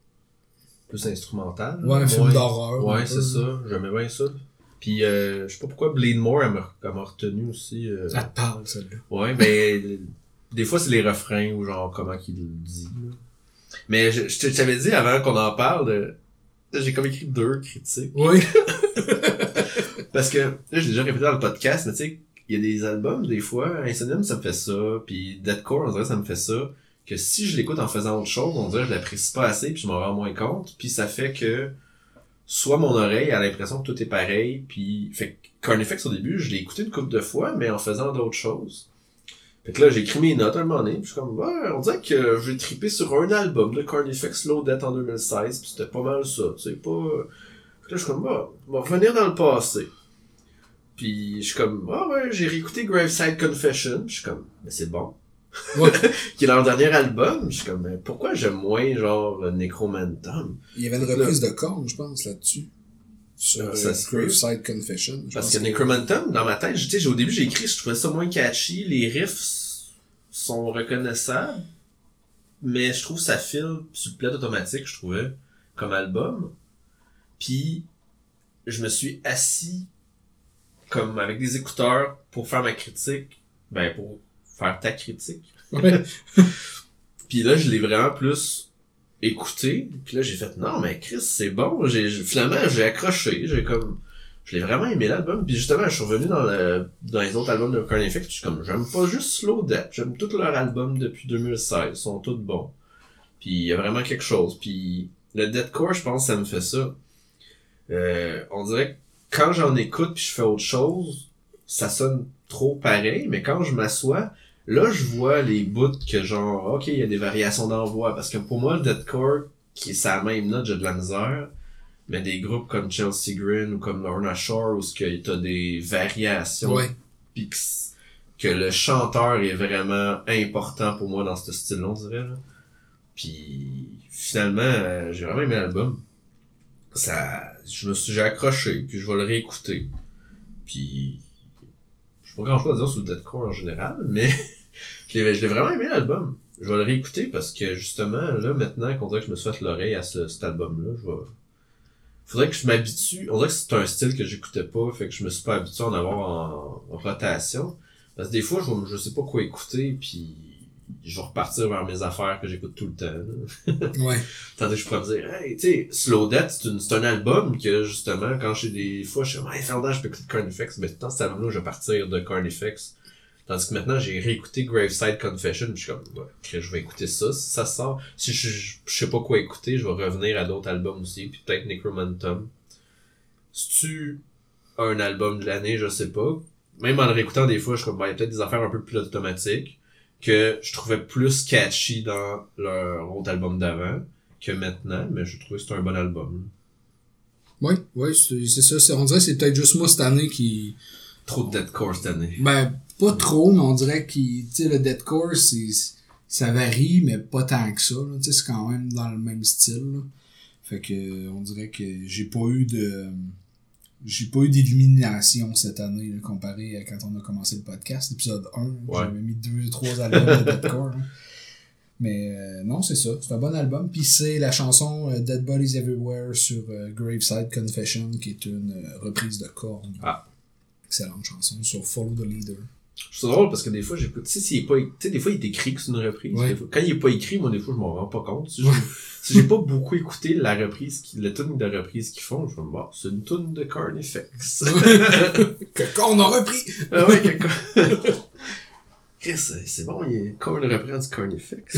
plus instrumental. Ouais, un film ouais. d'horreur. Ouais, c'est ça. J'aimais bien ça. Puis, euh, je sais pas pourquoi Bleed More, elle m'a, elle m'a retenu aussi. Euh... Elle te parle, celle-là. Ouais, mais des fois, c'est les refrains ou genre comment qu'il le dit. Là. Mais je, je t'avais dit avant qu'on en parle, de... j'ai comme écrit deux critiques. Oui. Parce que, là, j'ai déjà répété dans le podcast, mais tu sais, il y a des albums, des fois, Insomnium, ça me fait ça, puis Deathcore, on dirait ça me fait ça, que si je l'écoute en faisant autre chose, on dirait que je l'apprécie pas assez, puis je m'en rends moins compte, puis ça fait que soit mon oreille a l'impression que tout est pareil, puis fait que Carnifex au début, je l'ai écouté une couple de fois, mais en faisant d'autres choses. Fait que là, j'ai écrit mes notes un moment donné, puis je suis comme, ouais, on dirait que j'ai trippé sur un album de Carnifex Low Death en deux mille seize, puis c'était pas mal ça, tu sais, pas... Fait que là, je suis comme, ah, on va revenir dans le passé. Puis je suis comme, ah ouais, j'ai réécouté Graveside Confession, je suis comme, mais c'est bon. Ouais. Qui est leur dernier album, je suis comme, mais pourquoi j'aime moins, genre, Necromentum? Il y avait une reprise de Korn, je pense, là-dessus. Sur Euh, euh, ça se peut. Graveside Confession. je Parce pense que Necromentum, dans ma tête, tu sais, au début, j'ai écrit, je trouvais ça moins catchy, les riffs sont reconnaissables, mais je trouve que ça file sur le pilote automatique, je trouvais, comme album. Puis, je me suis assis comme avec des écouteurs pour faire ma critique, ben pour faire ta critique. Ouais. Puis là, je l'ai vraiment plus écouté. Puis là, j'ai fait, non, mais Chris, c'est bon. J'ai, finalement, j'ai accroché. J'ai comme, je l'ai vraiment aimé l'album. Puis justement, je suis revenu dans le, dans les autres albums de Carnifex. Puis je suis comme, j'aime pas juste Slow Death. J'aime tous leurs albums depuis deux mille seize. Ils sont tous bons. Puis il y a vraiment quelque chose. Puis le deathcore, je pense, ça me fait ça. Euh, on dirait que quand j'en écoute puis je fais autre chose, ça sonne trop pareil, mais quand je m'assois, là, je vois les bouts que genre, ok, il y a des variations d'envoi, parce que pour moi, le deathcore, qui est sa même note, j'ai de la misère, mais des groupes comme Chelsea Grin ou comme Lorna Shore, où t'as des variations, Ouais. pis que, que le chanteur est vraiment important pour moi dans ce style-là, on dirait, là. Puis finalement, euh, j'ai vraiment aimé l'album. Ça, je me suis, j'ai accroché, puis je vais le réécouter. Puis, je sais pas grand chose à dire sur le deathcore en général, mais je l'ai, je l'ai vraiment aimé l'album. Je vais le réécouter parce que justement, là, maintenant qu'on dirait que je me suis fait l'oreille à ce, cet album-là, je vais... Faudrait que je m'habitue. On dirait que c'est un style que j'écoutais pas, fait que je me suis pas habitué à en avoir en, en rotation. Parce que des fois, je, je sais pas quoi écouter, puis je vais repartir vers mes affaires que j'écoute tout le temps, là. Ouais. Tandis que je pourrais me dire, hey, tu sais, Slow Death, c'est, une, c'est un album que, justement, quand j'ai des fois, je suis comme, hey, Fernand, je peux écouter Carnifex, mais tout le temps, cet album-là, je vais partir de Carnifex. Tandis que maintenant, j'ai réécouté Graveside Confession, puis je suis comme, ouais, je vais écouter ça, si ça sort. Si je, je, je sais pas quoi écouter, je vais revenir à d'autres albums aussi, puis peut-être Necromentum. Si tu un album de l'année, je sais pas. Même en le réécoutant, des fois, je suis comme, ben, il y a peut-être des affaires un peu plus automatiques que je trouvais plus catchy dans leur autre album d'avant que maintenant, mais je trouvais que c'était un bon album. Oui, oui, c'est, c'est ça. C'est, on dirait que c'est peut-être juste moi cette année qui... Trop de deathcore cette année. Ben, pas trop, mais on dirait que, tu sais, le deathcore, c'est, ça varie, mais pas tant que ça, là. Tu sais, c'est quand même dans le même style, là. Fait que, on dirait que j'ai pas eu de... J'ai pas eu d'illumination cette année, là, comparé à quand on a commencé le podcast, l'épisode un. Ouais. J'avais mis deux, trois albums de deathcore, là. Mais euh, non, c'est ça. C'est un bon album. Puis c'est la chanson euh, Dead Bodies Everywhere sur euh, Graveside Confession, qui est une euh, reprise de Korn. Ah. Excellente chanson sur Follow the Leader. Je trouve ça drôle parce que des fois, j'écoute, tu sais, s'il est pas, tu sais, des fois, il est écrit que c'est une reprise. Ouais. Des fois, quand il est pas écrit, moi, des fois, je m'en rends pas compte. Si, je, si j'ai pas beaucoup écouté la reprise, qui, le tune de reprise qu'ils font, je me dis, bon, c'est une tune de Carnifex. Que Korn a repris! Ah ouais, que Chris, c'est bon, il est Korn reprend du Carnifex.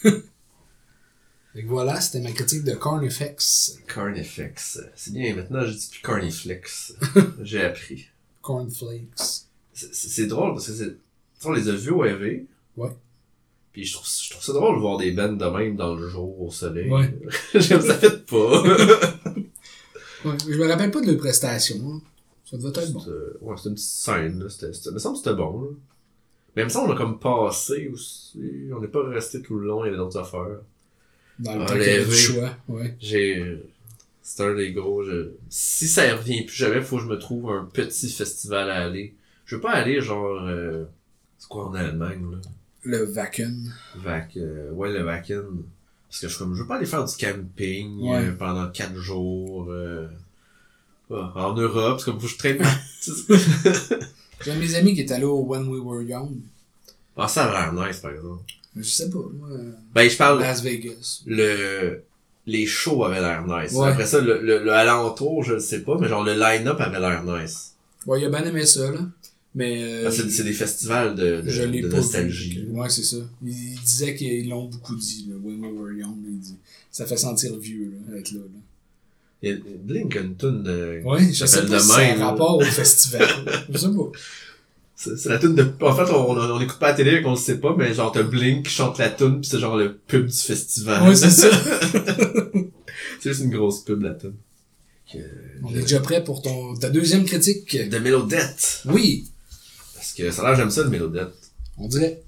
Fait que voilà, c'était ma critique de Carnifex. Carnifex. C'est bien, maintenant, je dis plus Carniflex. J'ai appris. Cornflakes. C'est, c'est, c'est drôle parce que c'est, on les a vus au R V. Ouais. Puis je trouve, je trouve ça drôle de voir des bands de même dans le jour, au soleil. Ouais. J'aime ça fait pas. Ouais, je me rappelle pas de leur prestation. Hein. Ça devait être bon. C'était, ouais, c'était une petite scène, là. C'était, c'était, il me semble que c'était bon, là. Mais il me semble qu'on a comme passé aussi. On n'est pas resté tout le long, il y avait d'autres affaires. Dans le Ah, temps les qu'il y avait du V. choix. Ouais. J'ai, C'est un des gros. Je... Si ça revient plus jamais, faut que je me trouve un petit festival à aller. Je veux pas aller genre... Euh... C'est quoi en Allemagne, là? Le Wacken. Vac... Euh... Ouais, le Wacken. Parce que je, comme, je veux pas aller faire du camping ouais. euh, pendant quatre jours. Euh... Ah, en Europe, c'est comme faut que je traîne. J'ai un de mes amis qui est allé au When We Were Young. Ah, ça a l'air nice, par exemple. Je sais pas, moi. Ben, je parle... Las Vegas. Le... Les shows avaient l'air nice. Ouais. Après ça, le, le, le alentour, je le sais pas, mais genre le line-up avait l'air nice. Ouais, il a bien aimé ça, là. Mais... Euh, ah, c'est, c'est des festivals de, de, je l'ai de pas nostalgie. Vu. Ouais, c'est ça. Il, il disait qu'ils l'ont beaucoup dit, là. When We Were Young, il dit. Ça fait sentir vieux, là, être là, là. Il y a Blink a une toune de... Ouais, je sais pas si c'est un rapport au festival. Je sais pas. C'est, c'est la toune de... En fait, on, on, on écoute pas la télé, on le sait pas, mais genre t'as Blink qui chante la toune, pis c'est genre le pub du festival. Ouais, c'est ça. C'est juste une grosse pub, la toune. Que, on je... est déjà prêt pour ton ta deuxième critique. De Mélodette. Oui. Parce que ça a l'air, j'aime ça, le Mélodette. On dirait.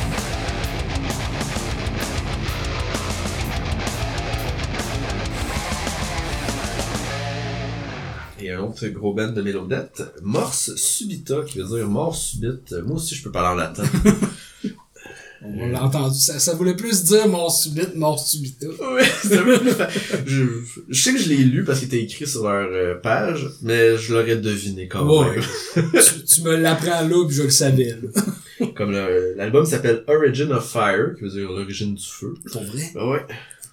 Et un autre gros band de Mélodette, Mors Subita, qui veut dire mort subite. Moi aussi, je peux parler en latin. On l'a entendu. Ça, ça voulait plus dire mort subite, mort subita. Oui, c'est un peu plus fa... je, je sais que je l'ai lu parce qu'il était écrit sur leur euh, page, mais je l'aurais deviné quand ouais. même. tu, tu me l'apprends là, puis je le savais, là. Comme le, l'album s'appelle Origin of Fire, qui veut dire l'origine du feu. Pour vrai? Ben ouais.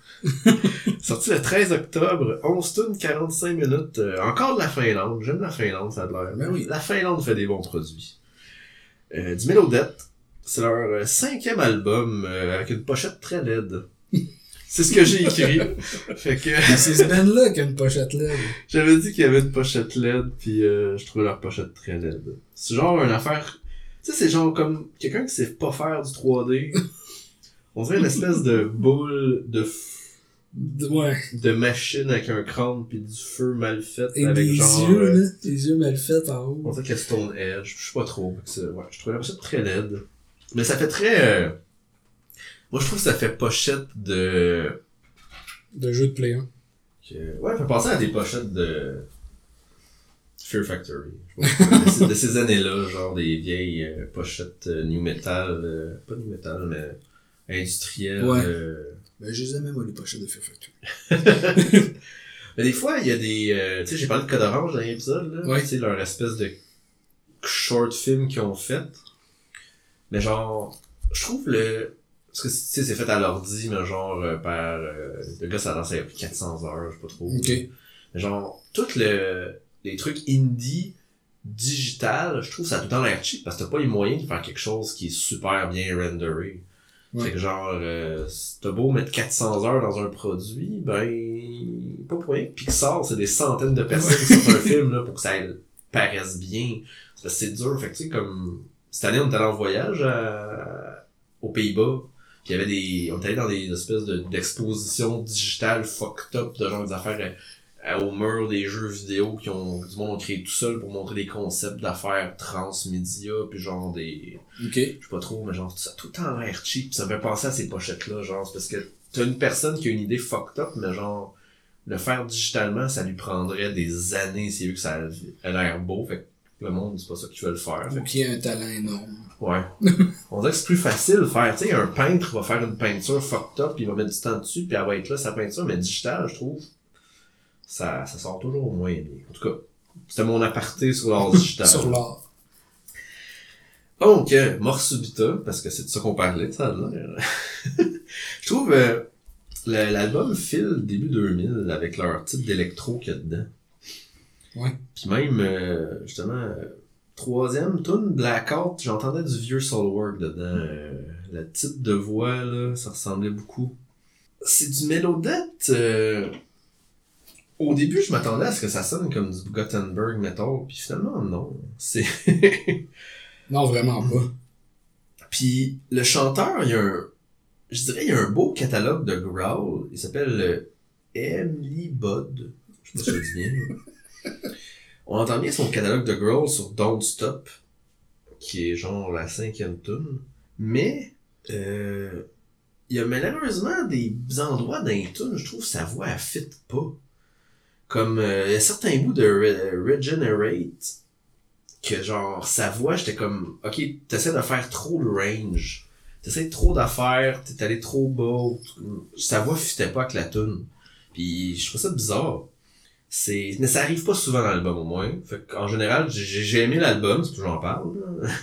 Sorti le treize octobre, onze tunes, quarante-cinq minutes. Euh, encore de la Finlande. J'aime la Finlande, ça a l'air. Ben oui. La Finlande fait des bons produits. Euh, du Mélodette. C'est leur euh, cinquième album euh, avec une pochette très laide. C'est ce que j'ai écrit. Fait que... c'est ce band-là qui a une pochette laide. J'avais dit qu'il y avait une pochette laide, puis euh, je trouvais leur pochette très laide. C'est genre une affaire... Tu sais, c'est genre comme quelqu'un qui sait pas faire du trois D. On dirait une espèce de boule de... F... De, ouais. de machine avec un crâne pis du feu mal fait. Et avec des genre, yeux, euh, là. Des yeux mal faits en haut. On dirait qu'il y a Stone Edge. Je sais pas trop. C'est, ouais, je trouvais ça très laide. Mais ça fait très... Euh... Moi, je trouve que ça fait pochette de... De jeu de play, hein. Que... Ouais, ça fait penser à des pochettes de... Fear Factory. Je sais pas, de, ces, de ces années-là, genre des vieilles euh, pochettes euh, new metal. Euh, pas new metal, mais industrielles. Ouais. Euh... Ben, je les aimais, moi, les pochettes de Fear Factory. Mais des fois, il y a des... Euh, tu sais, j'ai parlé de Code Orange dans l'épisode, là. Ouais. Tu sais, leur espèce de short film qu'ils ont fait. Mais genre, je trouve le... Parce que, tu sais, c'est fait à l'ordi, mais genre, euh, par... Euh, le gars, ça a lancé il quatre cents heures, je sais pas trop. Ok. Mais genre, tout le... Les trucs indie, digital, je trouve ça a tout le temps l'air cheap, parce que t'as pas les moyens de faire quelque chose qui est super bien renderé. Ouais. Fait que genre, euh, si t'as beau mettre quatre cents heures dans un produit, ben, pas pour rien. Pixar, c'est des centaines de personnes qui sortent un film, là, pour que ça paraisse bien. C'est parce que c'est dur. Fait que tu sais, comme, cette année, on était allé en voyage à, aux Pays-Bas, pis il y avait des, on était allé dans des espèces de, d'expositions digitales fucked up, de genre des affaires à, à, au mur des jeux vidéo qui ont, du monde ont créé tout seul pour montrer des concepts d'affaires transmédia, puis genre des, ok. je sais pas trop, mais genre, ça a tout le temps l'air cheap, pis ça me fait penser à ces pochettes-là, genre, c'est parce que t'as une personne qui a une idée fucked up, mais genre, le faire digitalement, ça lui prendrait des années, c'est vu que ça a l'air beau, fait que le monde, c'est pas ça que tu veux le faire. Faut qu'il y ait un talent énorme. Ouais. On dirait que c'est plus facile de faire, tu sais, un peintre va faire une peinture fucked up, pis il va mettre du temps dessus, pis elle va être là, sa peinture, mais digital, je trouve, ça, ça sort toujours moins bien. En tout cas, c'était mon aparté sur l'art digital. Sur l'art. Donc, euh, Mors Subita, parce que c'est de ça qu'on parlait, ça a l'air. Je trouve euh, le, l'album file début deux mille avec leur type d'électro qu'il y a dedans. Ouais. Puis même, euh, justement, euh, troisième tune, Blackout, j'entendais du vieux Soulwork dedans. Euh, le type de voix, là, ça ressemblait beaucoup. C'est du Mélodette. Euh, au début, je m'attendais à ce que ça sonne comme du Gothenburg Metal, puis finalement, non. C'est... Non, vraiment pas. Puis le chanteur, il y a un... Je dirais, il y a un beau catalogue de growl. Il s'appelle euh, Emily Budd. Je sais pas si je le dis bien. On entend bien son catalogue de growl sur Don't Stop, qui est genre la cinquième tune. Mais euh, il y a malheureusement des endroits dans les tunes, je trouve que sa voix elle fit pas. Comme, euh, il y a certains bouts de Re- Regenerate, que genre, sa voix, j'étais comme, ok, t'essaies de faire trop le range. T'essaies trop d'affaires, t'es allé trop bas. Sa voix fitait pas avec la tune. Pis je trouve ça bizarre. C'est, mais ça arrive pas souvent dans l'album au moins. Fait qu'en général, j'ai, j'ai aimé l'album, c'est tout j'en parle.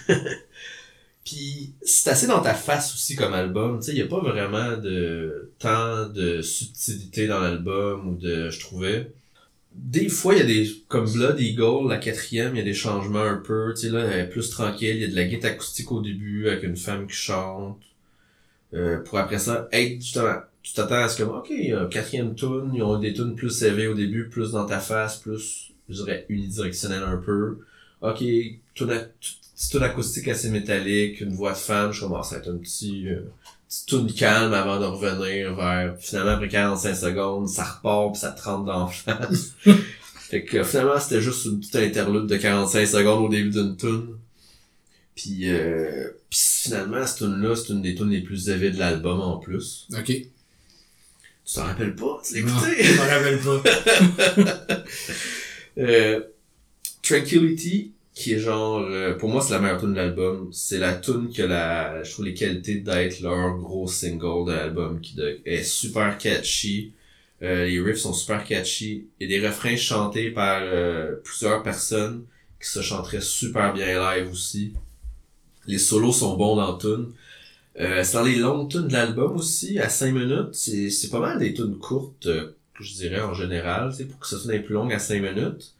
Puis c'est assez dans ta face aussi comme album. Tu sais, y a pas vraiment de tant de subtilité dans l'album ou de, je trouvais. Des fois, il y a des, comme Blood Eagle, la quatrième, il y a des changements un peu, tu sais, là, elle est plus tranquille, il y a de la guitare acoustique au début, avec une femme qui chante, euh, pour après ça, être, justement, tu t'attends à ce que, ok, euh, quatrième tune, ils ont des tunes plus élevées au début, plus dans ta face, plus, je dirais, unidirectionnel un peu, ok, tune, tune acoustique assez métallique, une voix de femme, je commence à être un petit, euh, petit tune calme avant de revenir vers, finalement après quarante-cinq secondes, ça repart pis ça te rentre dans la face. Fait que finalement c'était juste une petite interlude de quarante-cinq secondes au début d'une tune. Puis euh, pis finalement cette tune là c'est une des tunes les plus élevées de l'album en plus. Ok. Tu t'en rappelles pas? Tu l'as Non, écouté? je m'en rappelle pas. euh, Tranquility, qui est genre, euh, pour moi c'est la meilleure tune de l'album. C'est la tune que la, je trouve les qualités d'être leur gros single de l'album, qui de, est super catchy. Euh, les riffs sont super catchy. Il y a des refrains chantés par euh, plusieurs personnes qui se chanteraient super bien live aussi. Les solos sont bons dans la tune. Euh, c'est dans les longues tunes de l'album aussi, à cinq minutes. C'est, c'est pas mal des tunes courtes, euh, je dirais en général, tu sais, pour que ça soit plus long à cinq minutes.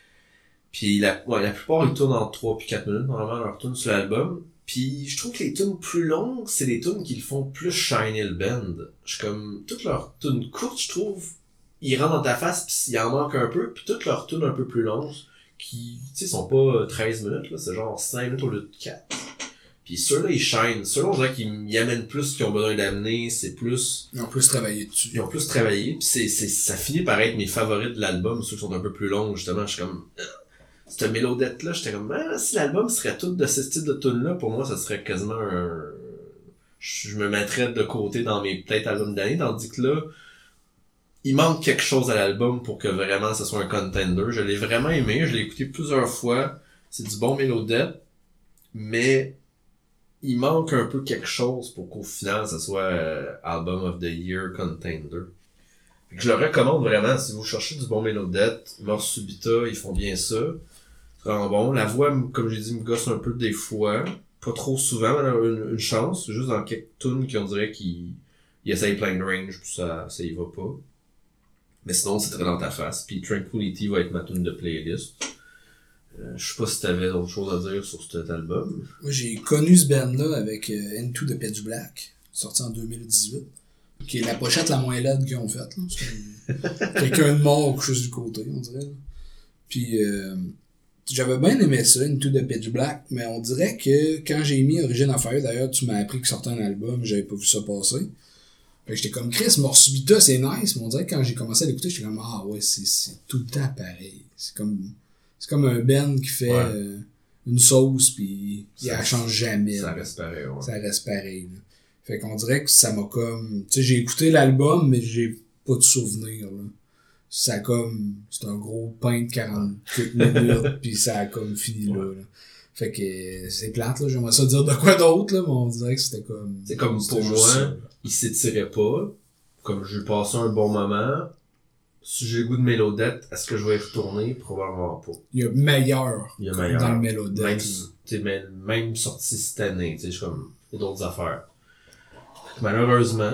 Puis la, ouais, la plupart ils tournent entre trois puis quatre minutes, normalement, leur tune sur l'album. Puis je trouve que les tunes plus longues, c'est des tunes qui le font plus shiner le band. Je suis comme, toutes leurs tunes courtes, je trouve, ils rentrent dans ta face pis il en manque un peu, puis toutes leurs tunes un peu plus longues, qui, tu sais, sont pas treize minutes, là, c'est genre cinq minutes au lieu de quatre. Puis ceux-là, ils shine. Ceux-là, on dirait qu'ils y amènent plus ce qu'ils ont besoin d'amener, c'est plus... Ils ont plus travaillé dessus. Ils ont plus travaillé, pis c'est, c'est, ça finit par être mes favoris de l'album, ceux qui sont un peu plus longs, justement, je suis comme... Cette mélodette-là, j'étais comme, ah, si l'album serait tout de ce style de tune-là, pour moi, ça serait quasiment un... Je me mettrais de côté dans mes peut-être albums d'année, tandis que là, il manque quelque chose à l'album pour que vraiment ça soit un contender. Je l'ai vraiment aimé, je l'ai écouté plusieurs fois, c'est du bon mélodette, mais il manque un peu quelque chose pour qu'au final, ça soit euh, Album of the Year contender. Fait que je le recommande vraiment, si vous cherchez du bon mélodette, Mors Subita, ils font bien ça. C'est vraiment bon. La voix, comme j'ai dit, me gosse un peu des fois. Pas trop souvent, mais une, une chance. Juste dans quelques tunes qu'on dirait qu'ils ils essayent plein de range, puis ça, ça y va pas. Mais sinon, c'est très dans ta face. Puis Tranquility va être ma tune de playlist. Euh, je sais pas si t'avais d'autres choses à dire sur cet album. Moi, j'ai connu ce band-là avec euh, Into the Pitch Black, sorti en deux mille dix-huit. Qui est la pochette la moins laide qu'ils ont faite. Là. C'est quelqu'un de mort couché du côté, on dirait. Là. Puis, euh, j'avais bien aimé ça, Into the Pitch Black, mais on dirait que quand j'ai mis Origin of Fire, d'ailleurs, tu m'as appris qu'il sortait un album, j'avais pas vu ça passer. Fait que j'étais comme, Chris, Mors Subita, c'est nice, mais on dirait que quand j'ai commencé à l'écouter, j'étais comme, ah ouais, c'est, c'est tout le temps pareil. C'est comme, c'est comme un band qui fait ouais. euh, une sauce, puis il la change jamais. Ça là. reste pareil, ouais. Ça reste pareil, là. Fait qu'on dirait que ça m'a comme... Tu sais, j'ai écouté l'album, mais j'ai pas de souvenir, là. Ça a comme... C'est un gros pain de quarante-huit minutes, pis ça a comme fini ouais. là, là. Fait que c'est plate, là. J'aimerais ça dire de quoi d'autre, là, mais on dirait que c'était comme... C'est comme pour moi, ça. Il s'étirait pas. Comme j'ai passé un bon moment. Si j'ai le goût de mélodette, est-ce que je vais y retourner? Probablement pas. Il y a meilleur, Il y a meilleur. dans le mélodette. Même, t'sais, même, même sorti cette année, tu sais, je suis comme... Il y a d'autres affaires. Malheureusement,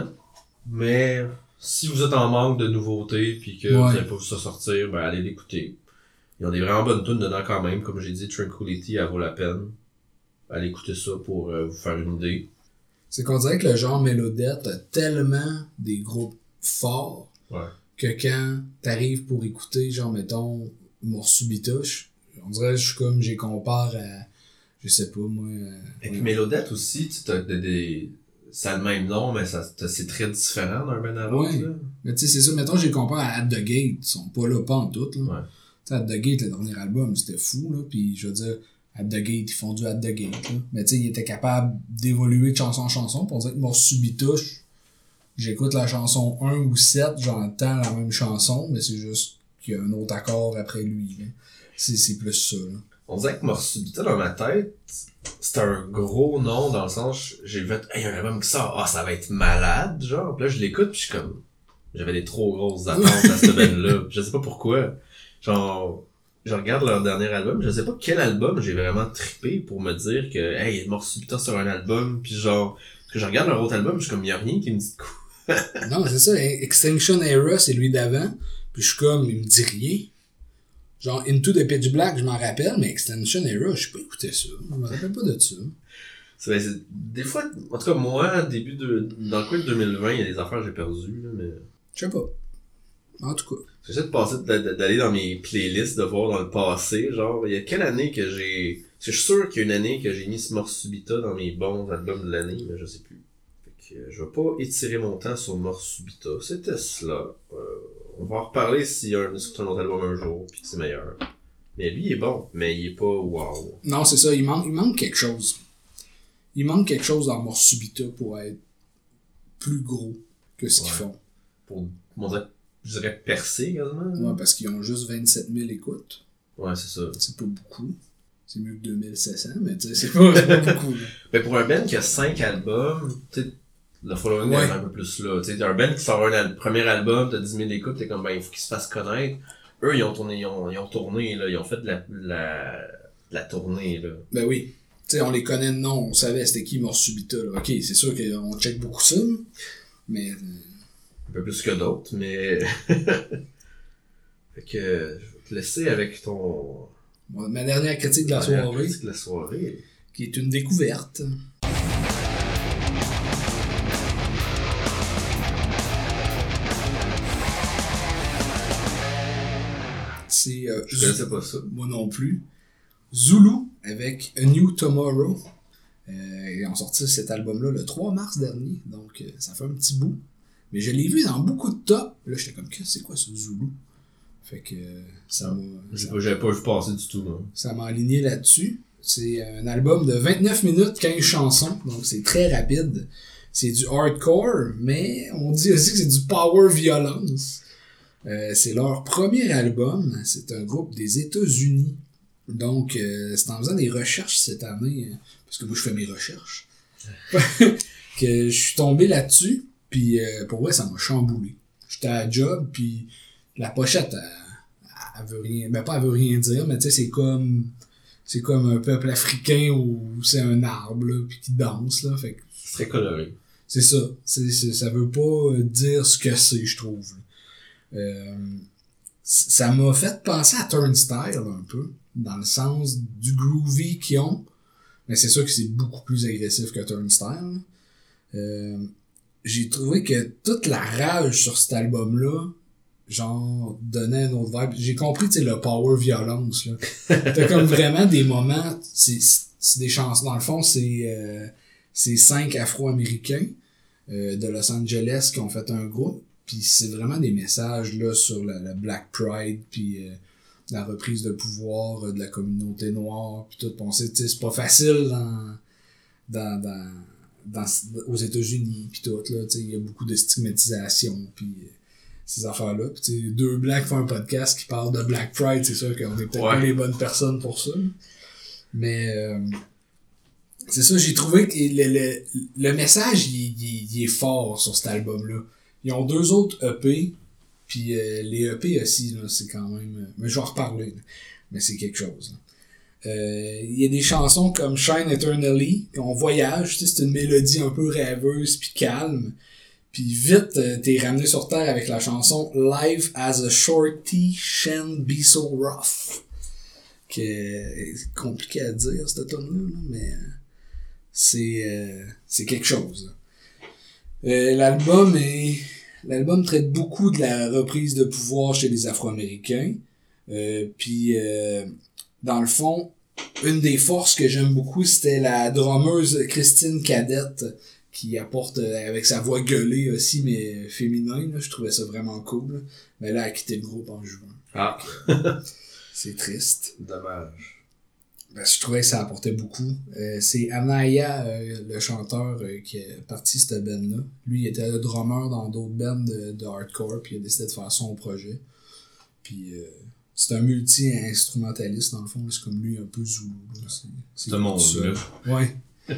mais si vous êtes en manque de nouveautés puis que ouais. vous n'avez pas vu ça sortir, ben allez l'écouter. Ils ont des vraiment bonnes tunes dedans quand même, comme j'ai dit, Tranquility, elle vaut la peine. Allez écouter ça pour euh, vous faire une idée. C'est qu'on dirait que le genre mélodette a tellement des groupes forts ouais. que quand t'arrives pour écouter, genre mettons, Mors Subita, on dirait que je suis comme, j'ai compare à, je sais pas moi... À, Et puis ouais. Mélodette aussi, tu as des... des... Ça a le même nom, mais ça, c'est très différent d'un ben à l'autre. Ouais. Mais tu sais, c'est ça. Mettons, j'ai comparé à At the Gate. Ils sont pas là, pas en tout. Là. Ouais. Tu sais, At the Gate, le dernier album, c'était fou. Là. Puis je veux dire, At the Gate, ils font du At the Gate. Là. Mais tu sais, ils étaient capables d'évoluer de chanson en chanson. Puis on dirait que Mors Subita, j'écoute la chanson un ou sept, j'entends la même chanson, mais c'est juste qu'il y a un autre accord après lui. Là. C'est, c'est plus ça. Là. On dirait que Mort Subita, dans ma tête, c'était un gros nom dans le sens, j'ai fait, hey, un album qui sort, ah, oh, ça va être malade, genre. Puis là, je l'écoute, pis je suis comme, j'avais des trop grosses attentes à cette band-là. Je sais pas pourquoi. Genre, je regarde leur dernier album, je sais pas quel album j'ai vraiment trippé pour me dire que, hey, Mort Subita sur un album, pis genre, parce que je regarde leur autre album, je suis comme, y'a rien qui me dit de quoi. Non, c'est ça, Extinction Era, c'est lui d'avant, puis je suis comme, il me dit rien. Genre, Into the Pitch Black, je m'en rappelle, mais Extinction Era, je sais pas écouter ça. Je me rappelle pas de ça. C'est, c'est, des fois, en tout cas, moi, début de, dans le coin de deux mille vingt, il y a des affaires que j'ai perdues, là, mais... Je sais pas. En tout cas. J'essaie de passer, d'aller dans mes playlists, de voir dans le passé, genre, il y a quelle année que j'ai... Parce que je suis sûr qu'il y a une année que j'ai mis Mort Subita dans mes bons albums de l'année, mais je sais plus. Fait que je vais pas étirer mon temps sur Mort Subita. C'était cela. Euh, on va en reparler s'il y a un, un autre album un jour, pis que c'est meilleur. Mais lui, il est bon, mais il est pas wow. Non, c'est ça, il manque, il manque quelque chose. Il manque quelque chose dans Mort Subita pour être plus gros que ce qu'ils Ouais. font. Pour, on dirait, je dirais percer, quasiment. Ouais, parce qu'ils ont juste vingt-sept mille écoutes. Ouais, c'est ça. C'est pas beaucoup. C'est mieux que deux mille sept cents, mais tu sais, c'est pas, c'est pas beaucoup. Là. Mais pour un band qui a cinq albums, tu sais, le following Ouais. est un peu plus là. Tu sais, un band qui sort un al- premier album, t'as dix mille écoutes, t'es comme, ben, il faut qu'il se fasse connaître. Eux, ils ont tourné, ils ont, ils ont tourné, là, ils ont fait de la, de la, de la tournée, là. Ben oui. Tu sais, on les connaît de nom, on savait c'était qui Mort Subita. Là. Ok, c'est sûr qu'on check beaucoup ça, là, mais... Un peu plus que d'autres, mais... fait que, je vais te laisser avec ton... Bon, ma dernière critique de la dernière soirée, critique de la soirée. qui est une découverte. C'est... Euh, Je connaissais pas ça. moi non plus. Zulu, avec A New Tomorrow. Euh, ils ont sorti cet album-là le trois mars dernier, donc euh, ça fait un petit bout. Mais je l'ai vu dans beaucoup de tops. Là, j'étais comme, c'est quoi ce Zulu? Fait que euh, ça m'a... J'ai ça- pas, j'avais pas vu passer du tout, non. ça m'a aligné là-dessus. C'est un album de vingt-neuf minutes, quinze chansons, donc c'est très rapide. C'est du hardcore, mais on dit aussi que c'est du power violence. Euh, c'est leur premier album. C'est un groupe des États-Unis. Donc, euh, c'est en faisant des recherches cette année, euh, parce que moi je fais mes recherches, que je suis tombé là-dessus. Puis euh, pour vrai, ça m'a chamboulé. J'étais à la job, puis la pochette, elle, elle veut rien, ben pas elle veut rien dire, mais tu sais, c'est comme, c'est comme un peuple africain où c'est un arbre, là, puis qui danse, là, fait que C'est très coloré. c'est ça. C'est, c'est, ça veut pas dire ce que c'est, je trouve. Euh, ça m'a fait penser à Turnstile un peu, dans le sens du groovy qu'ils ont, mais c'est sûr que c'est beaucoup plus agressif que Turnstile. Euh, j'ai trouvé que toute la rage sur cet album-là, genre, donnait un autre vibe. J'ai compris, tu sais, le power violence, là. T'as comme vraiment des moments, c'est, c'est des chansons, dans le fond, c'est, euh, c'est cinq Afro-Américains, euh, de Los Angeles qui ont fait un groupe, puis c'est vraiment des messages, là, sur la, la Black Pride, puis euh, la reprise de pouvoir euh, de la communauté noire, puis tout. Puis on sait, tu sais, c'est pas facile dans, dans, dans, dans, aux États-Unis, puis tout, là, tu sais, il y a beaucoup de stigmatisation, puis euh, ces affaires-là. Puis, tu sais, deux Blacks font un podcast qui parle de Black Pride, c'est sûr qu'on est peut-être Ouais. pas les bonnes personnes pour ça. Mais euh, c'est ça, j'ai trouvé que le, le, le message, il, il, il est fort sur cet album-là. Ils ont deux autres E P, puis euh, les E P aussi, là, c'est quand même... Mais je vais en reparler, là. Mais c'est quelque chose, là. Euh, il y a des chansons comme Shine Eternally, on voyage, tu sais, c'est une mélodie un peu rêveuse puis calme. Puis vite, euh, t'es ramené sur terre avec la chanson Life as a Shorty Shan't Be So Rough. Que c'est compliqué à dire, cette tune-là, là, mais euh, c'est, euh, c'est quelque chose. Là. Euh, l'album est... L'album traite beaucoup de la reprise de pouvoir chez les Afro-Américains. Euh, puis, euh, dans le fond, une des forces que j'aime beaucoup, c'était la drummeuse Christine Cadette, qui apporte, euh, avec sa voix gueulée aussi, mais féminin, là, je trouvais ça vraiment cool. Là. Mais là, elle a quitté le groupe en juin. Ah. C'est triste. Dommage. Ben, je trouvais que ça apportait beaucoup. Euh, c'est Anaya, euh, le chanteur, euh, qui est parti de cette band-là. Lui, il était le drummer dans d'autres bands de, de hardcore, puis il a décidé de faire son projet. Puis euh, c'est un multi-instrumentaliste, dans le fond. Là, c'est comme lui, un peu Zulu. Là. C'est, c'est Ce monde-là. Ouais.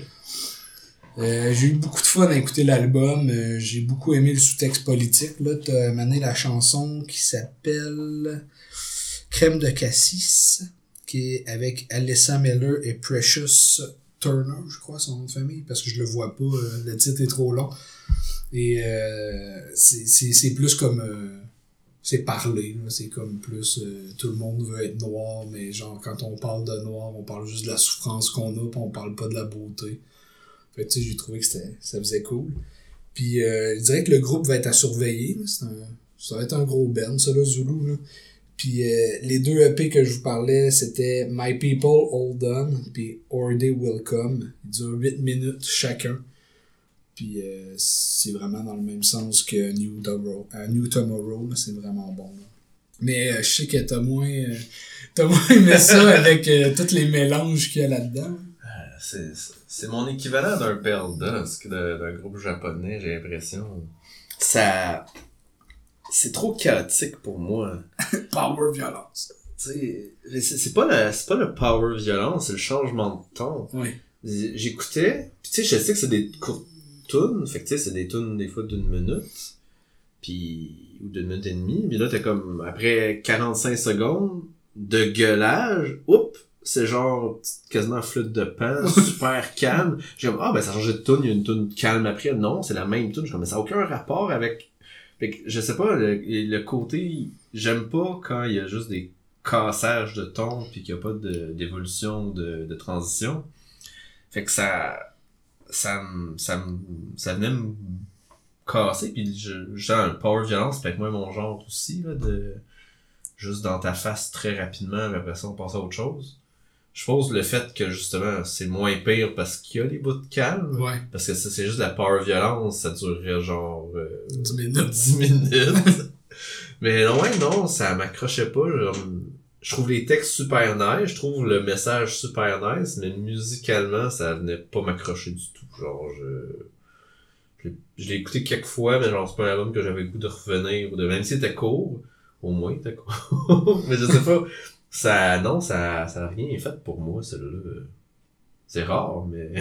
Euh, j'ai eu beaucoup de fun à écouter l'album. Euh, j'ai beaucoup aimé le sous-texte politique. Là, t'as mené la chanson qui s'appelle Crème de Cassis, qui est avec Alyssa Miller et Precious Turner, je crois, son nom de famille, parce que je le vois pas. Euh, le titre est trop long. Et euh, c'est, c'est, c'est plus comme... Euh, c'est parler, là. C'est comme plus... Euh, tout le monde veut être noir, mais genre, quand on parle de noir, on parle juste de la souffrance qu'on a, pis on parle pas de la beauté. Fait que tu sais, j'ai trouvé que c'était, ça faisait cool. Puis euh, je dirais que le groupe va être à surveiller. Là. C'est un, ça va être un gros band, ça, là, Zulu. Là. Puis euh, les deux E P que je vous parlais, c'était My People Hold On puis Or Day Will Come. Ils durent huit minutes chacun. Puis euh, c'est vraiment dans le même sens que New Tomorrow. Euh, New Tomorrow, là, c'est vraiment bon. Là. Mais euh, je sais que t'as moins, euh, t'as moins aimé ça avec euh, tous les mélanges qu'il y a là-dedans. C'est, c'est mon équivalent d'un Pearl Dusk, d'un groupe japonais, j'ai l'impression. Ça... C'est trop chaotique pour moi. Power violence. Tu sais, c'est, c'est pas le, c'est pas le power violence, c'est le changement de ton. Oui. J'écoutais, pis tu sais, je sais que c'est des courtes tunes, fait que tu sais, c'est des tunes des fois d'une minute, pis, ou d'une minute et demie, pis là t'es comme, après quarante-cinq secondes de gueulage, oups! C'est genre quasiment flûte de pan, super calme. J'ai comme, ah ben ça a changé de tune, il y a une tune calme après. Non, c'est la même tune. Je comme, mais ça n'a aucun rapport avec... Fait que, je sais pas, le, le côté... J'aime pas quand il y a juste des cassages de ton pis qu'il y a pas de, d'évolution, de, de transition. Fait que ça... Ça me... Ça, me, ça venait me casser. Pis je, j'ai un power violence, fait que moi, mon genre aussi, là, de... Juste dans ta face très rapidement, mais après ça, on passe à autre chose. Je pense le fait que justement c'est moins pire parce qu'il y a les bouts de calme. Ouais. Parce que ça, c'est juste la power violence, ça durerait genre euh, dix minutes. dix minutes. Mais non, ouais, non, ça m'accrochait pas. Genre, je trouve les textes super nice, je trouve le message super nice, mais musicalement, ça venait pas m'accrocher du tout. Genre, je... Je, je l'ai écouté quelques fois, mais genre c'est pas un album que j'avais le goût de revenir, ou de même si c'était court, au moins c'était court. Mais je sais pas. Ça, non, ça, ça a rien fait pour moi, celui-là. C'est rare, mais...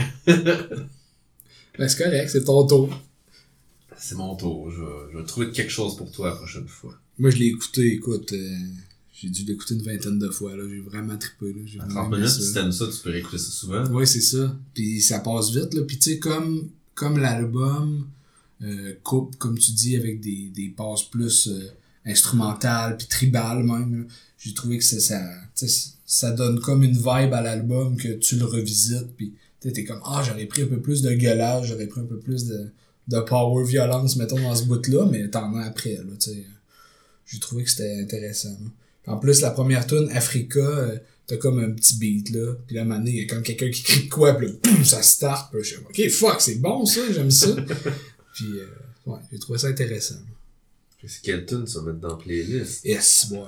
Ben, c'est correct, c'est ton tour. C'est mon tour. Je vais, je vais trouver quelque chose pour toi la prochaine fois. Moi, je l'ai écouté, écoute, euh, j'ai dû l'écouter une vingtaine de fois, là. J'ai vraiment trippé, là. J'ai à vraiment trente minutes, si t'aimes ça, tu peux réécouter ça souvent. Oui, c'est ça. Puis ça passe vite, là. Puis tu sais, comme, comme l'album euh, coupe, comme tu dis, avec des, des passes plus euh, instrumentales, puis tribales même, là. J'ai trouvé que c'est ça, ça donne comme une vibe à l'album que tu le revisites, pis t'es comme, ah, j'aurais pris un peu plus de gueulage, j'aurais pris un peu plus de, de power violence, mettons, dans ce bout-là, mais t'en as après, là, tu sais. J'ai trouvé que c'était intéressant, là. En plus, la première tune, Africa, euh, t'as comme un petit beat, là, pis là, à un moment donné, il y a comme quelqu'un qui crie de quoi, pis là, boum, ça start, pis je suis comme, ok, fuck, c'est bon, ça, j'aime ça. Pis, euh, ouais, j'ai trouvé ça intéressant, là. C'est quelle tune ça va mettre dans la playlist? Yes, ouais.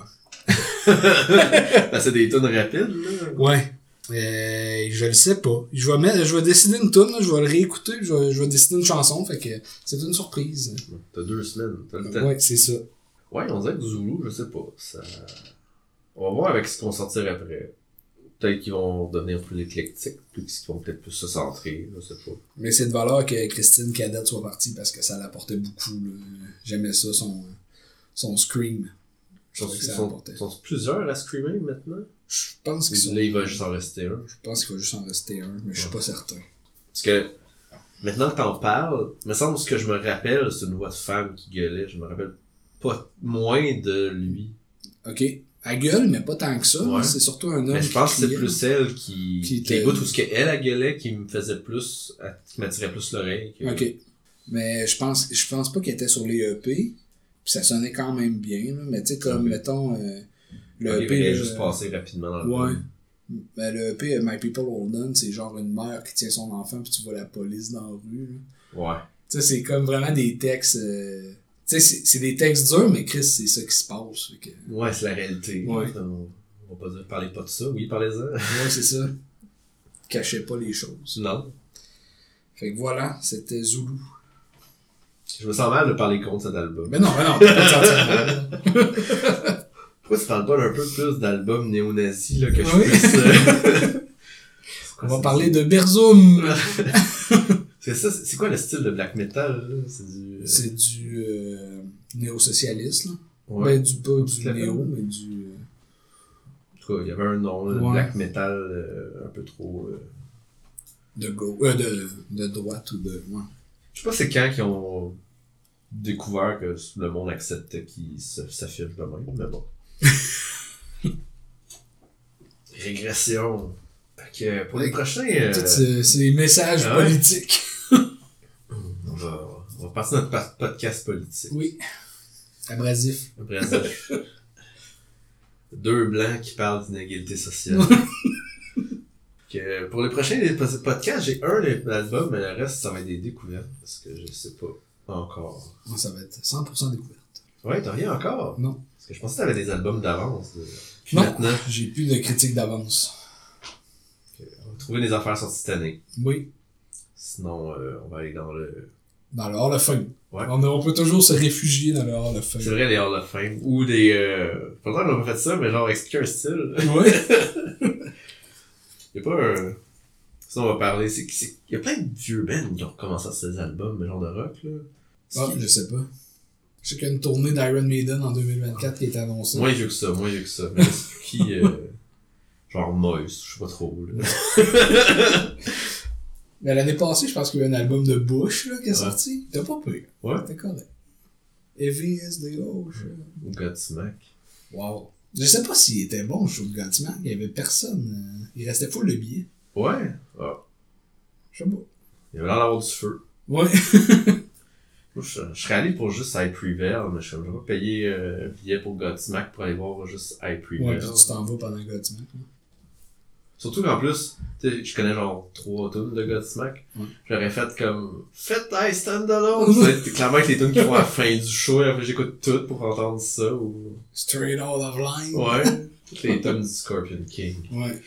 C'est des tunes rapides, là. Ouais. Euh, je le sais pas. Je vais mettre, je vais décider une tune, je vais le réécouter, je vais, je vais décider une chanson, fait que c'est une surprise. T'as deux semaines, t'as le temps. Ouais, c'est ça. Ouais, on dirait que Zulu, je sais pas. Ça... On va voir avec ce qu'ils vont sortir après. Peut-être qu'ils vont devenir plus éclectiques, plus qu'ils vont peut-être plus se centrer, je sais pas. Mais c'est de valeur que Christine Cadette soit partie parce que ça l'apportait beaucoup, là. J'aimais ça, son, son scream. Je Ils que ça sont, apportait. sont plusieurs à screamer maintenant? Je pense qu'ils sont... Là, il va juste en rester un. Je pense qu'il va juste en rester un, mais je suis ouais. pas certain. Parce que, maintenant que t'en parles, me semble ce que je me rappelle, c'est une voix de femme qui gueulait. Je me rappelle pas moins de lui. Ok. Elle gueule, mais pas tant que ça. Ouais. C'est surtout un homme mais je pense qui que c'est plus elle qui... qui était... Les bouts où ce qu'elle a gueulé qui me faisait plus... qui m'attirait plus l'oreille. Que... Ok. Mais je pense, je pense pas qu'elle était sur les E P. Puis ça sonnait quand même bien, là. Mais tu sais, comme, okay. mettons, euh, le okay, E P... Il est juste passé rapidement dans le ouais. film. Ben, le E P, My People Hold On, c'est genre une mère qui tient son enfant puis tu vois la police dans la rue, là. Ouais. Tu sais, c'est comme vraiment des textes... Euh... Tu sais, c'est, c'est des textes durs, mais Chris, c'est ça qui se passe. Que... Ouais, c'est la réalité. Ouais. On, on va pas dire, parlez pas de ça. Oui, parlez-en. Ouais, c'est ça. Cachez pas les choses. Non. Fait que voilà, c'était Zulu. Je me sens mal de parler contre cet album. Mais non, mais non, t'as pas de sentir mal. Pourquoi tu parles pas un peu plus d'albums néo-nazis, là, que je Oui. puisse... Euh... On va parler de Berzum. c'est ça, c'est quoi le style de black metal, là? C'est du... C'est du euh, néo-socialiste, là. Ouais. Ben, du pas du Tout néo, mais du... En tout cas, il y avait un nom, là, Ouais. black metal, euh, un peu trop... Euh... de go, euh, de, de droite ou de... Ouais. Je sais pas c'est quand qu'ils ont découvert que le monde acceptait qu'ils s'affichent de même, mais bon. Régression. Fait que pour les prochains... Euh... Tous ces, ces messages Ah ouais? politiques. On va, on va passer notre pa- podcast politique. Oui. Abrasif. Après ça, deux blancs qui parlent d'inégalité sociale. Que pour les prochains podcasts, j'ai un album, mais le reste, ça va être des découvertes, parce que je sais pas encore. Moi, ça va être cent pour cent découverte. Ouais, t'as rien encore? Non. Parce que je pensais que t'avais des albums d'avance. De... Puis Non, maintenant, j'ai plus de critiques d'avance. on va trouver des affaires sorties cette année. Oui. Sinon, euh, on va aller dans le... Dans le Hall of Fame. Ouais. On, on peut toujours se réfugier dans le Hall of Fame. C'est vrai, les Hall of Fame. Ou des... Euh... Pourtant, on a pas fait ça, mais genre expliquer un style. Oui. Il y a pas un... Sinon, on va parler... C'est, c'est... Il y a plein de vieux bands qui ont recommencé à ces albums, mais genre de rock, là. Ah, qui... je sais pas. Je sais qu'il y a une tournée d'Iron Maiden en deux mille vingt-quatre qui est annoncée. Moins vieux que ça, moins vieux que ça. Mais c'est qui... Euh... Genre Moist, je sais pas trop, là. Mais l'année passée, je pense qu'il y a eu un album de Bush là, qui est Ouais. sorti. T'as pas pris. Ouais. C'était correct. Heavy is the ocean. Ou Godsmack. Wow. Je sais pas s'il était bon, le show de Godsmack. Il y avait personne. euh, Il restait full le billet. Ouais. Ah. Je sais pas. Il y avait l'air d'avoir du feu. Ouais. Moi, je, je serais allé pour juste High Prevail, mais je ne vais pas payer euh, un billet pour Godsmack pour aller voir juste High Prevail. Ouais, puis tu t'en vas pendant Godsmack. Là. Surtout qu'en plus, tu sais, je connais genre trois tunes de Godsmack. Ouais. J'aurais fait comme, faites High Standalone! Ça va être clairement avec les tunes qu'ils font à la fin du show, et après j'écoute tout pour entendre ça, ou... Straight out of line. Ouais. Toutes les tunes du Scorpion King. Ouais.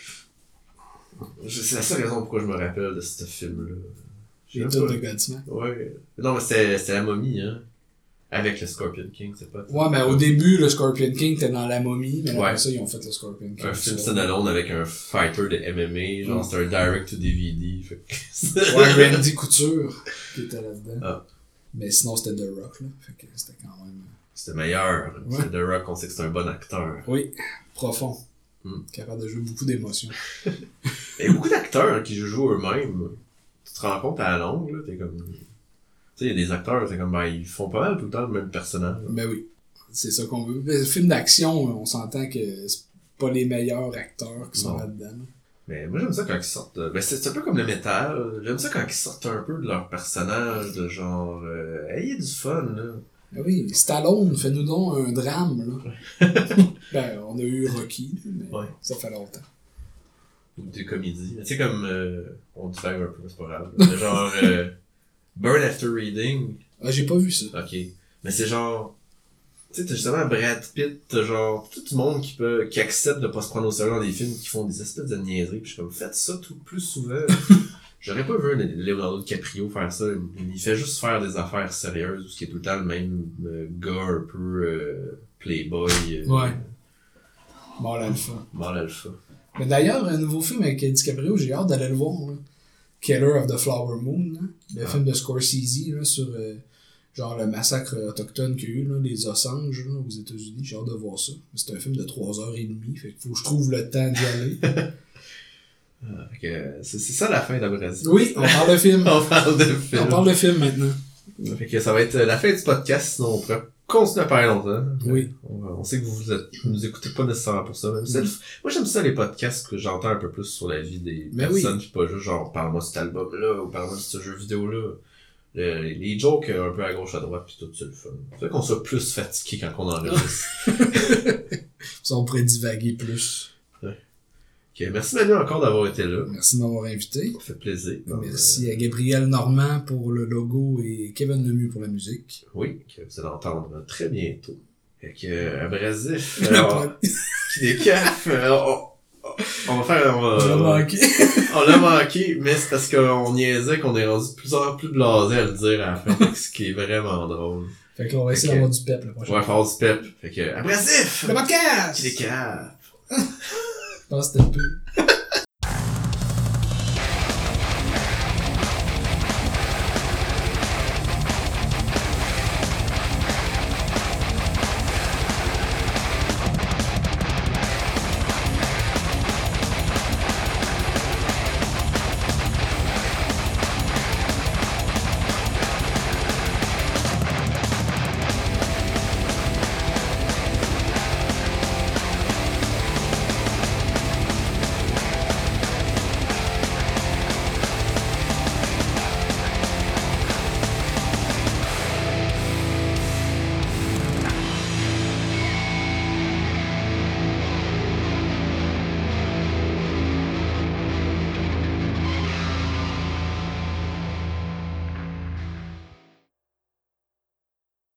Je- C'est la seule raison pourquoi je me rappelle de ce film-là. Je Les sais tunes pas. de Godsmack. Ouais. Non, mais c'était, c'était la momie, hein. Avec le Scorpion King, c'est pas... Ouais, mais au début, le Scorpion King était dans la momie, mais Ouais. après ça, ils ont fait le Scorpion King. Un film ça. standalone avec un fighter de M M A, genre Mm. c'était un direct to D V D, fait que... Ouais, Randy Couture qui était là-dedans. Ah. Mais sinon, c'était The Rock, là. Fait que c'était quand même... C'était meilleur. Ouais. C'est The Rock, on sait que c'est un bon acteur. Oui, profond. Mm. Capable de jouer beaucoup d'émotions. Il y a beaucoup d'acteurs hein, qui jouent eux-mêmes. Tu te rends compte à la longue, là, t'es comme... Tu sais, il y a des acteurs, c'est comme, ben, ils font pas mal tout le temps le même personnage. Ben oui, c'est ça qu'on veut. Le film d'action, on s'entend que c'est pas les meilleurs acteurs qui sont Non. là-dedans. là. Mais moi, j'aime ça quand ils sortent... de- Ben, c'est, c'est un peu comme le métal. J'aime ça quand ils sortent un peu de leur personnage, de genre... Euh, ayez du fun, là. Ben oui, Stallone, fais-nous donc un drame, là. Ben, on a eu Rocky, là, mais Ouais. ça fait longtemps. Ou des comédies. Tu sais, comme... Euh, on divague un peu, c'est pas grave. Mais genre... Euh, Burn After Reading. Ah, j'ai pas vu ça. Ok. Mais c'est genre... Tu sais, t'as justement Brad Pitt, t'as genre tout le monde qui peut qui accepte de pas se prendre au sérieux dans des films qui font des espèces de niaiseries. Puis je suis comme, faites ça tout plus souvent. J'aurais pas vu un Leonardo DiCaprio faire ça. Il fait juste faire des affaires sérieuses, ce qui est tout le temps le même euh, gars un peu euh, playboy. Euh, Ouais. Bon, l'alpha. Mal alpha. Mais d'ailleurs, un nouveau film avec DiCaprio, j'ai hâte d'aller le voir, là. Killer of the Flower Moon, là. Le Ah. film de Scorsese, là, sur euh, genre le massacre autochtone qu'il y a eu, là, les Osage, là, aux États-Unis. J'ai hâte de voir ça. C'est un film de trois heures et demie, fait qu'il faut que je trouve le temps d'y aller. Ah, fait que c'est, c'est ça la fin d'Abrasif. Oui, on parle de film. On parle de film. On parle de film maintenant. Fait que ça va être la fin du podcast, sinon on pourrait continuer à parler longtemps. Oui. On, on sait que vous êtes, vous nous écoutez pas nécessairement pour ça. Même. C'est le- Moi j'aime ça les podcasts que j'entends un peu plus sur la vie des Ben personnes, pis pas juste genre parle-moi de cet album-là ou parle-moi de ce jeu vidéo-là. Le- les jokes un peu à gauche à droite pis tout c'est le fun. C'est fait qu'on soit plus fatigué quand on enregistre. Ça, on pourrait divaguer plus. Ok, merci Manu encore d'avoir été là. Merci de m'avoir invité. Ça fait plaisir. Merci à Gabriel Normand pour le logo et Kevin Lemieux pour la musique. Euh, oui, que vous allez entendre très bientôt. Fait que euh, Abrasif, Le euh, pod- qui décaffe, euh, on, on va faire... On, va- On l'a manqué. On l'a manqué, mais c'est parce qu'on niaisait qu'on est rendu de plus en plus blasé à le dire à la fin, ce qui est vraiment drôle. Fait que là, on va essayer Ok. d'avoir du pep, le prochain. Ouais, faut avoir du pep. Fait que, agressif! Le podcast! Qui les cap! Je pense que c'était pire.